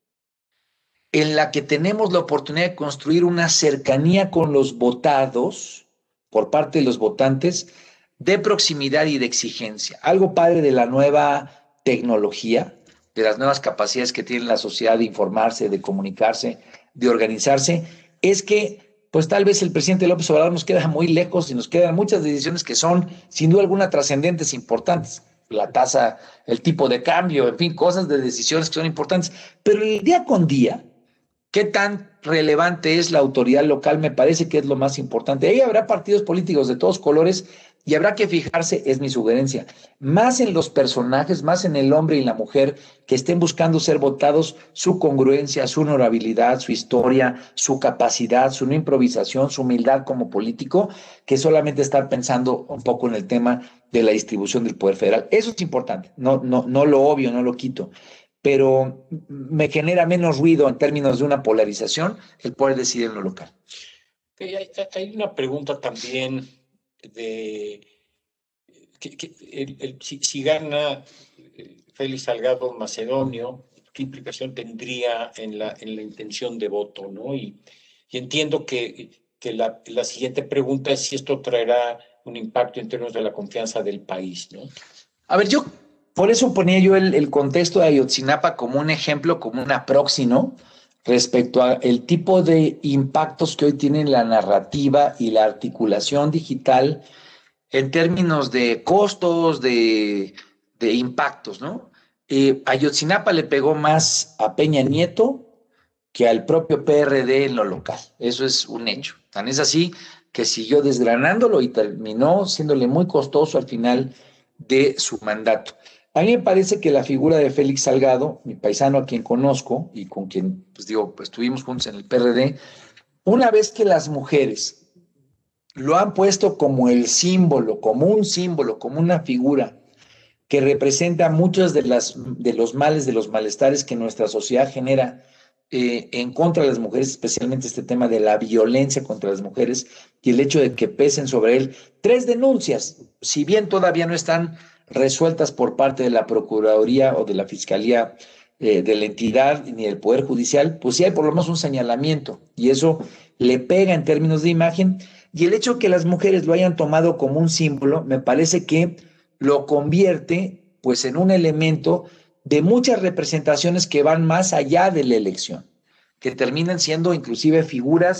en la que tenemos la oportunidad de construir una cercanía con los votados por parte de los votantes de proximidad y de exigencia. Algo padre de la nueva tecnología, de las nuevas capacidades que tiene la sociedad de informarse, de comunicarse, de organizarse, es que pues tal vez el presidente López Obrador nos queda muy lejos y nos quedan muchas decisiones que son, sin duda alguna, trascendentes, importantes. La tasa, el tipo de cambio, en fin, cosas de decisiones que son importantes. Pero el día con día, ¿qué tan relevante es la autoridad local? Me parece que es lo más importante. Ahí habrá partidos políticos de todos colores y habrá que fijarse, es mi sugerencia, más en los personajes, más en el hombre y la mujer que estén buscando ser votados, su congruencia, su honorabilidad, su historia, su capacidad, su no improvisación, su humildad como político, que solamente estar pensando un poco en el tema de la distribución del poder federal. Eso es importante, no, no, no lo obvio, no lo quito, pero me genera menos ruido en términos de una polarización el poder decidir en lo local. Okay, hay, hay una pregunta también de que, que el, el, si, si gana Félix Salgado Macedonio, ¿qué implicación tendría en la, en la intención de voto, ¿no? Y, y entiendo que, que la, la siguiente pregunta es si esto traerá un impacto en términos de la confianza del país, ¿no? A ver, yo por eso ponía yo el, el contexto de Ayotzinapa como un ejemplo, como una proxy, ¿no? Respecto al tipo de impactos que hoy tienen la narrativa y la articulación digital en términos de costos, de, de impactos, ¿no? Eh, Ayotzinapa le pegó más a Peña Nieto que al propio P R D en lo local. Eso es un hecho. Tan es así que siguió desgranándolo y terminó siéndole muy costoso al final de su mandato. A mí me parece que la figura de Félix Salgado, mi paisano a quien conozco y con quien, pues digo, pues estuvimos juntos en el P R D, una vez que las mujeres lo han puesto como el símbolo, como un símbolo, como una figura que representa muchos de, las, de los males, de los malestares que nuestra sociedad genera eh, en contra de las mujeres, especialmente este tema de la violencia contra las mujeres y el hecho de que pesen sobre él tres denuncias, si bien todavía no están resueltas por parte de la Procuraduría o de la Fiscalía eh, de la entidad ni del Poder Judicial, pues sí hay por lo menos un señalamiento y eso le pega en términos de imagen, y el hecho de que las mujeres lo hayan tomado como un símbolo me parece que lo convierte pues en un elemento de muchas representaciones que van más allá de la elección, que terminan siendo inclusive figuras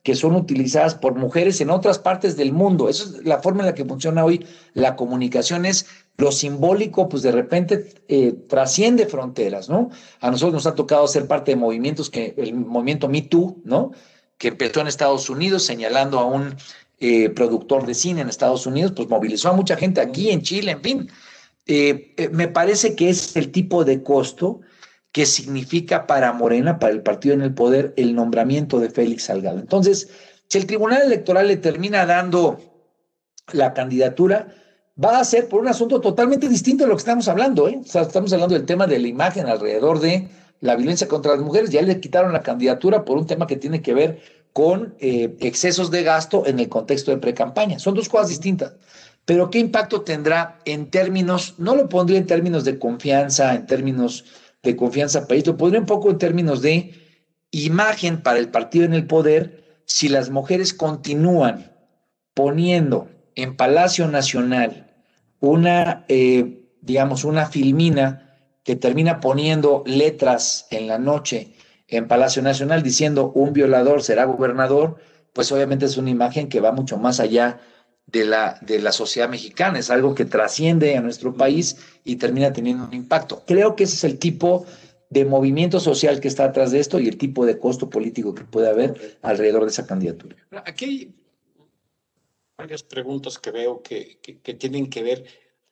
que son utilizadas por mujeres en otras partes del mundo. Esa es la forma en la que funciona hoy la comunicación, es lo simbólico, pues de repente eh, trasciende fronteras, ¿no? A nosotros nos ha tocado ser parte de movimientos, que el movimiento Me Too, ¿no? Que empezó en Estados Unidos señalando a un eh, productor de cine en Estados Unidos, pues movilizó a mucha gente aquí, en Chile, en fin. Eh, eh, me parece que es el tipo de costo que significa para Morena, para el partido en el poder, el nombramiento de Félix Salgado. Entonces, si el Tribunal Electoral le termina dando la candidatura, va a ser por un asunto totalmente distinto de lo que estamos hablando, ¿eh? O sea, estamos hablando del tema de la imagen alrededor de la violencia contra las mujeres. Ya le quitaron la candidatura por un tema que tiene que ver con eh, excesos de gasto en el contexto de precampaña. Son dos cosas distintas. Pero ¿qué impacto tendrá en términos, no lo pondría en términos de confianza, en términos de confianza país, lo pondría un poco en términos de imagen para el partido en el poder, si las mujeres continúan poniendo en Palacio Nacional una, eh, digamos, una filmina que termina poniendo letras en la noche en Palacio Nacional diciendo un violador será gobernador, pues obviamente es una imagen que va mucho más allá de la, de la sociedad mexicana, es algo que trasciende a nuestro país y termina teniendo un impacto. Creo que ese es el tipo de movimiento social que está atrás de esto y el tipo de costo político que puede haber alrededor de esa candidatura. Aquí hay varias preguntas que veo que, que, que tienen que ver.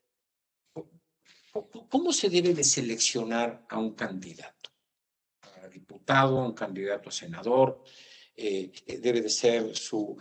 ¿Cómo se debe de seleccionar a un candidato? A diputado, a un candidato a senador. Eh, debe de ser su,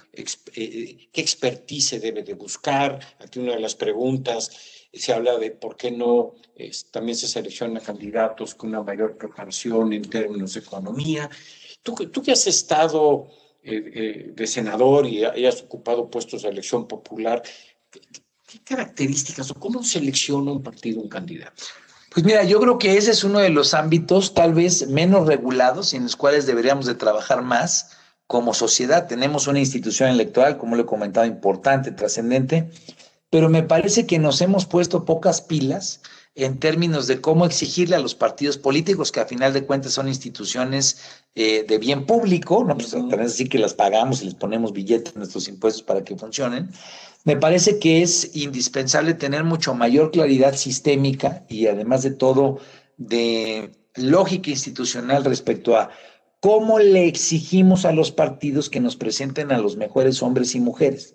eh, qué expertise se debe de buscar. Aquí una de las preguntas se habla de por qué no eh, también se selecciona candidatos con una mayor preparación en términos de economía. Tú, tú que has estado eh, eh, de senador y, y has ocupado puestos de elección popular, ¿qué, qué características o cómo selecciona un partido un candidato? Pues mira, yo creo que ese es uno de los ámbitos tal vez menos regulados y en los cuales deberíamos de trabajar más. Como sociedad tenemos una institución electoral, como lo he comentado, importante, trascendente, pero me parece que nos hemos puesto pocas pilas en términos de cómo exigirle a los partidos políticos, que a final de cuentas son instituciones eh, de bien público, ¿no? Pues también es así que las pagamos y les ponemos billetes en nuestros impuestos para que funcionen. Me parece que es indispensable tener mucho mayor claridad sistémica y además de todo de lógica institucional respecto a ¿cómo le exigimos a los partidos que nos presenten a los mejores hombres y mujeres?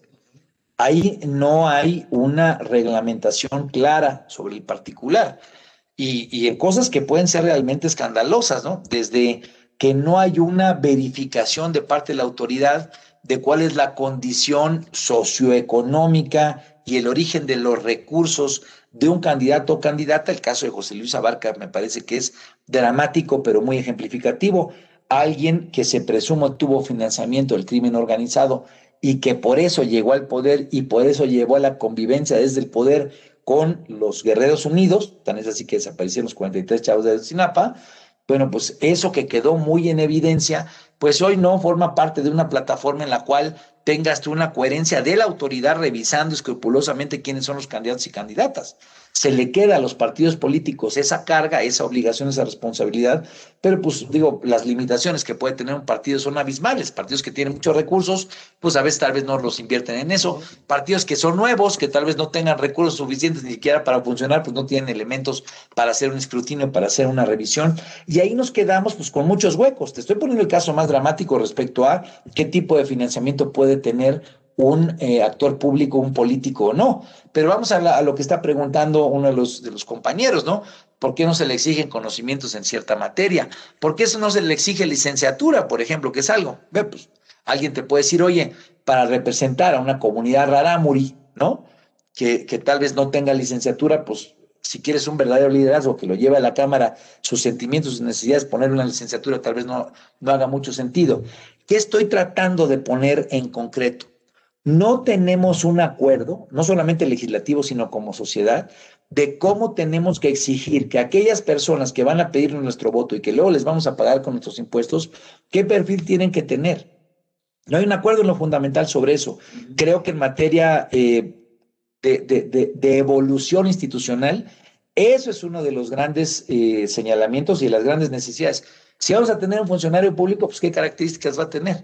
Ahí no hay una reglamentación clara sobre el particular y, y en cosas que pueden ser realmente escandalosas, ¿no? Desde que no hay una verificación de parte de la autoridad de cuál es la condición socioeconómica y el origen de los recursos de un candidato o candidata. El caso de José Luis Abarca me parece que es dramático, pero muy ejemplificativo. Alguien que se presume tuvo financiamiento del crimen organizado y que por eso llegó al poder y por eso llevó a la convivencia desde el poder con los Guerreros Unidos, tan es así que desaparecieron los cuarenta y tres chavos de Ayotzinapa. Bueno, pues eso que quedó muy en evidencia, pues hoy no forma parte de una plataforma en la cual tengas tú una coherencia de la autoridad revisando escrupulosamente quiénes son los candidatos y candidatas. Se le queda a los partidos políticos esa carga, esa obligación, esa responsabilidad, pero pues digo, las limitaciones que puede tener un partido son abismales. Partidos que tienen muchos recursos, pues a veces tal vez no los invierten en eso. Partidos que son nuevos, que tal vez no tengan recursos suficientes ni siquiera para funcionar, pues no tienen elementos para hacer un escrutinio, para hacer una revisión. Y ahí nos quedamos pues con muchos huecos. Te estoy poniendo el caso más dramático respecto a qué tipo de financiamiento puede tener un eh, actor público, un político o no. Pero vamos a, la, a lo que está preguntando uno de los, de los compañeros, ¿no? ¿Por qué no se le exigen conocimientos en cierta materia? ¿Por qué eso no se le exige licenciatura, por ejemplo, que es algo? Ve, pues, alguien te puede decir, oye, para representar a una comunidad rarámuri, ¿no? Que, que tal vez no tenga licenciatura, pues, si quieres un verdadero liderazgo que lo lleve a la Cámara, sus sentimientos, sus necesidades, poner una licenciatura tal vez no, no haga mucho sentido. ¿Qué estoy tratando de poner en concreto? No tenemos un acuerdo, no solamente legislativo, sino como sociedad, de cómo tenemos que exigir que aquellas personas que van a pedirnos nuestro voto y que luego les vamos a pagar con nuestros impuestos, ¿qué perfil tienen que tener? No hay un acuerdo en lo fundamental sobre eso. Creo que en materia eh, de, de, de, de evolución institucional, eso es uno de los grandes eh, señalamientos y de las grandes necesidades. Si vamos a tener un funcionario público, pues ¿qué características va a tener?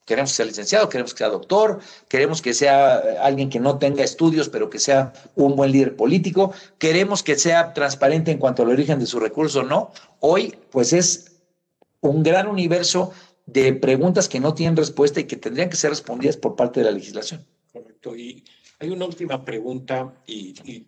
Queremos que sea licenciado, queremos que sea doctor, queremos que sea alguien que no tenga estudios, pero que sea un buen líder político. Queremos que sea transparente en cuanto al origen de sus recursos o no. Hoy, pues es un gran universo de preguntas que no tienen respuesta y que tendrían que ser respondidas por parte de la legislación. Correcto. Y hay una última pregunta y, y,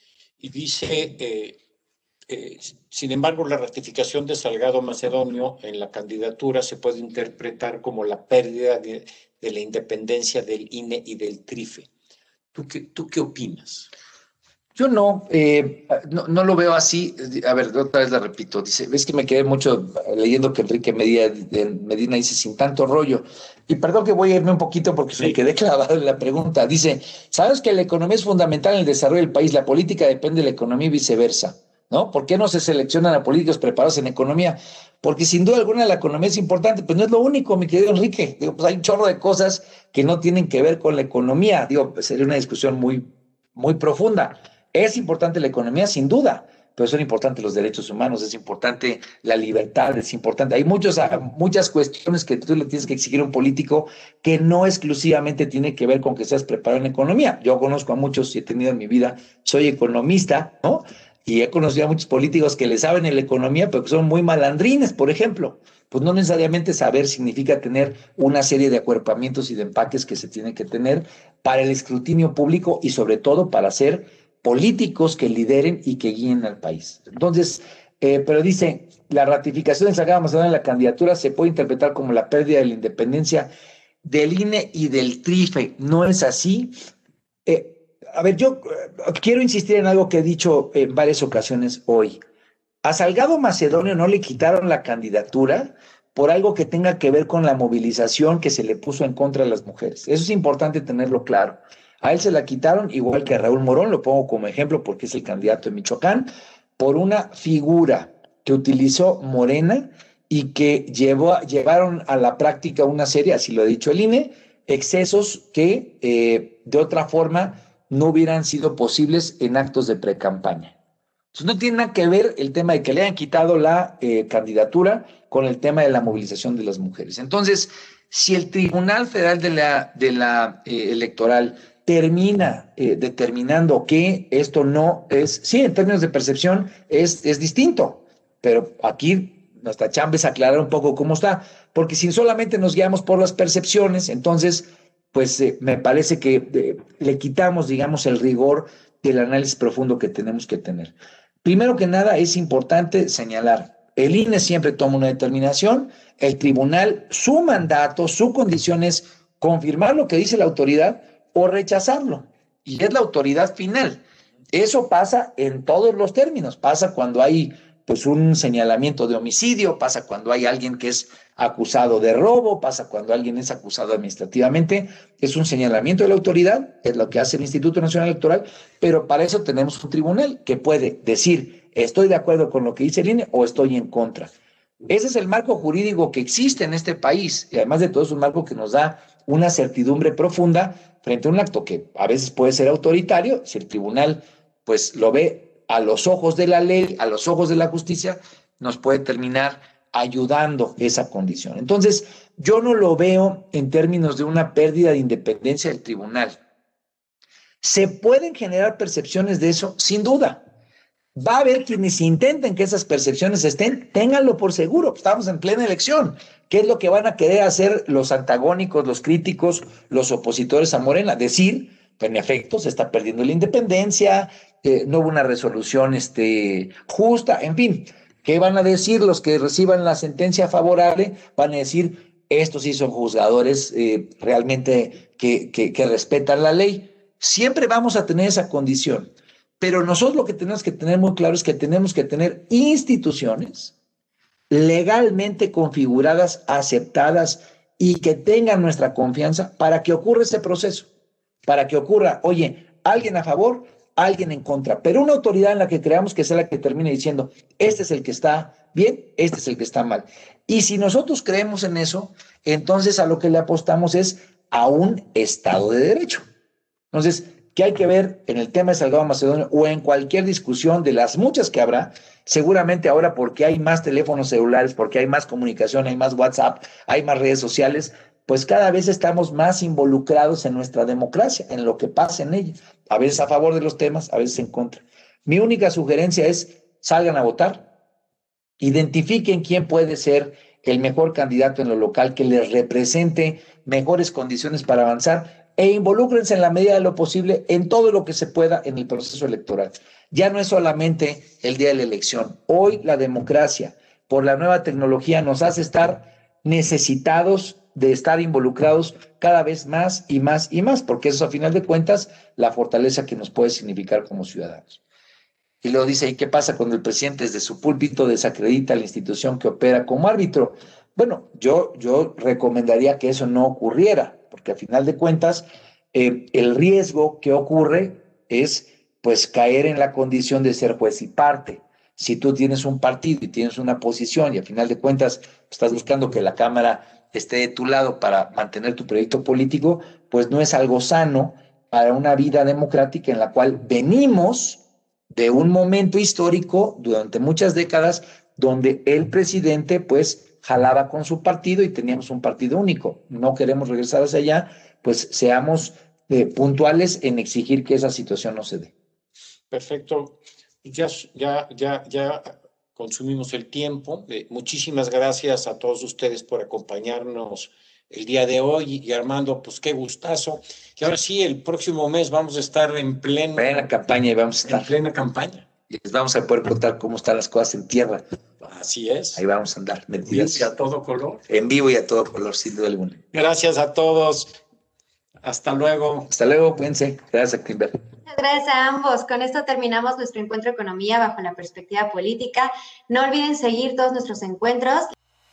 y dice... Eh, Eh, sin embargo, la ratificación de Salgado Macedonio en la candidatura se puede interpretar como la pérdida de, de la independencia del I N E y del TRIFE. ¿Tú qué, tú qué opinas? Yo no, eh, no, no lo veo así. A ver, otra vez la repito. Dice, ves que me quedé mucho leyendo que Enrique Medina, Medina dice sin tanto rollo. Y perdón que voy a irme un poquito porque sí. me quedé clavado en la pregunta. Dice, ¿sabes que la economía es fundamental en el desarrollo del país? La política depende de la economía y viceversa, ¿no? ¿Por qué no se seleccionan a políticos preparados en economía? Porque sin duda alguna la economía es importante, pero no es lo único, mi querido Enrique. Digo, pues hay un chorro de cosas que no tienen que ver con la economía. Digo, pues sería una discusión muy, muy profunda. Es importante la economía, sin duda, pero son importantes los derechos humanos, es importante la libertad, es importante. Hay muchos, muchas cuestiones que tú le tienes que exigir a un político que no exclusivamente tiene que ver con que seas preparado en economía. Yo conozco a muchos y he tenido en mi vida, soy economista, ¿no? Y he conocido a muchos políticos que le saben en la economía, pero que son muy malandrines, por ejemplo. Pues no necesariamente saber significa tener una serie de acuerpamientos y de empaques que se tienen que tener para el escrutinio público y sobre todo para ser políticos que lideren y que guíen al país. Entonces, eh, pero dice, la ratificación de Salgado Macedonio en la candidatura se puede interpretar como la pérdida de la independencia del I N E y del TRIFE. ¿No es así? Eh, A ver, yo quiero insistir en algo que he dicho en varias ocasiones hoy. A Salgado Macedonio no le quitaron la candidatura por algo que tenga que ver con la movilización que se le puso en contra de las mujeres. Eso es importante tenerlo claro. A él se la quitaron, igual que a Raúl Morón, lo pongo como ejemplo porque es el candidato de Michoacán, por una figura que utilizó Morena y que llevó, llevaron a la práctica una serie, así lo ha dicho el I N E, excesos que eh, de otra forma no hubieran sido posibles en actos de precampaña. Entonces no tiene nada que ver el tema de que le hayan quitado la eh, candidatura con el tema de la movilización de las mujeres. Entonces, si el Tribunal Federal de la, de la eh, Electoral termina eh, determinando que esto no es, sí, en términos de percepción es, es distinto, pero aquí nuestra chamba es aclarar un poco cómo está, porque si solamente nos guiamos por las percepciones, entonces pues eh, me parece que eh, le quitamos, digamos, el rigor del análisis profundo que tenemos que tener. Primero que nada, es importante señalar, el I N E siempre toma una determinación, el tribunal, su mandato, su condición es confirmar lo que dice la autoridad o rechazarlo, y es la autoridad final. Eso pasa en todos los términos, pasa cuando hay pues un señalamiento de homicidio, pasa cuando hay alguien que es acusado de robo, pasa cuando alguien es acusado administrativamente, es un señalamiento de la autoridad, es lo que hace el Instituto Nacional Electoral, pero para eso tenemos un tribunal que puede decir, estoy de acuerdo con lo que dice el I N E o estoy en contra. Ese es el marco jurídico que existe en este país, y además de todo es un marco que nos da una certidumbre profunda frente a un acto que a veces puede ser autoritario, si el tribunal pues lo ve a los ojos de la ley, a los ojos de la justicia, nos puede terminar ayudando esa condición. Entonces, yo no lo veo en términos de una pérdida de independencia del tribunal. ¿Se pueden generar percepciones de eso? Sin duda. Va a haber quienes intenten que esas percepciones estén, ténganlo por seguro, estamos en plena elección. ¿Qué es lo que van a querer hacer los antagónicos, los críticos, los opositores a Morena? Decir, en efecto, se está perdiendo la independencia, eh, no hubo una resolución este, justa, en fin. ¿Qué van a decir los que reciban la sentencia favorable? Van a decir, estos sí son juzgadores eh, realmente que, que, que respetan la ley. Siempre vamos a tener esa condición. Pero nosotros lo que tenemos que tener muy claro es que tenemos que tener instituciones legalmente configuradas, aceptadas y que tengan nuestra confianza para que ocurra ese proceso. Para que ocurra, oye, alguien a favor, alguien en contra, pero una autoridad en la que creamos que sea la que termine diciendo, este es el que está bien, este es el que está mal. Y si nosotros creemos en eso, entonces a lo que le apostamos es a un Estado de Derecho. Entonces, ¿qué hay que ver en el tema de Salgado Macedonio o en cualquier discusión de las muchas que habrá? Seguramente ahora porque hay más teléfonos celulares, porque hay más comunicación, hay más WhatsApp, hay más redes sociales, pues cada vez estamos más involucrados en nuestra democracia, en lo que pasa en ella, a veces a favor de los temas, a veces en contra. Mi única sugerencia es, salgan a votar, identifiquen quién puede ser el mejor candidato en lo local, que les represente mejores condiciones para avanzar, e involúcrense en la medida de lo posible en todo lo que se pueda en el proceso electoral. Ya no es solamente el día de la elección. Hoy la democracia, por la nueva tecnología, nos hace estar necesitados de estar involucrados cada vez más y más y más, porque eso, a final de cuentas, la fortaleza que nos puede significar como ciudadanos. Y luego dice, ¿y qué pasa cuando el presidente desde su púlpito desacredita a la institución que opera como árbitro? Bueno, yo, yo recomendaría que eso no ocurriera, porque a final de cuentas, eh, el riesgo que ocurre es pues caer en la condición de ser juez y parte. Si tú tienes un partido y tienes una posición y a final de cuentas estás buscando que la Cámara esté de tu lado para mantener tu proyecto político, pues no es algo sano para una vida democrática en la cual venimos de un momento histórico durante muchas décadas donde el presidente pues jalaba con su partido y teníamos un partido único. No queremos regresar hacia allá, pues seamos eh, puntuales en exigir que esa situación no se dé. Perfecto. Ya, ya, ya, ya consumimos el tiempo. Eh, muchísimas gracias a todos ustedes por acompañarnos el día de hoy. Y Armando, pues qué gustazo. Y ahora sí, el próximo mes vamos a estar en pleno, plena campaña y vamos a estar en plena campaña. Y les vamos a poder contar cómo están las cosas en tierra. Así es. Ahí vamos a andar. En vivo y a todo color. En vivo y a todo color, sin duda alguna. Gracias a todos. Hasta luego. Hasta luego, cuídense. Gracias, Actinver. Muchas gracias a ambos. Con esto terminamos nuestro encuentro Economía bajo la perspectiva política. No olviden seguir todos nuestros encuentros.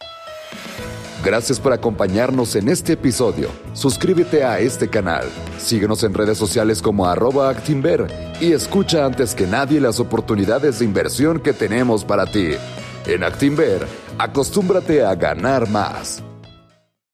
Gracias por acompañarnos en este episodio. Suscríbete a este canal, síguenos en redes sociales como arroba Actinver y escucha antes que nadie las oportunidades de inversión que tenemos para ti. En Actinver, acostúmbrate a ganar más.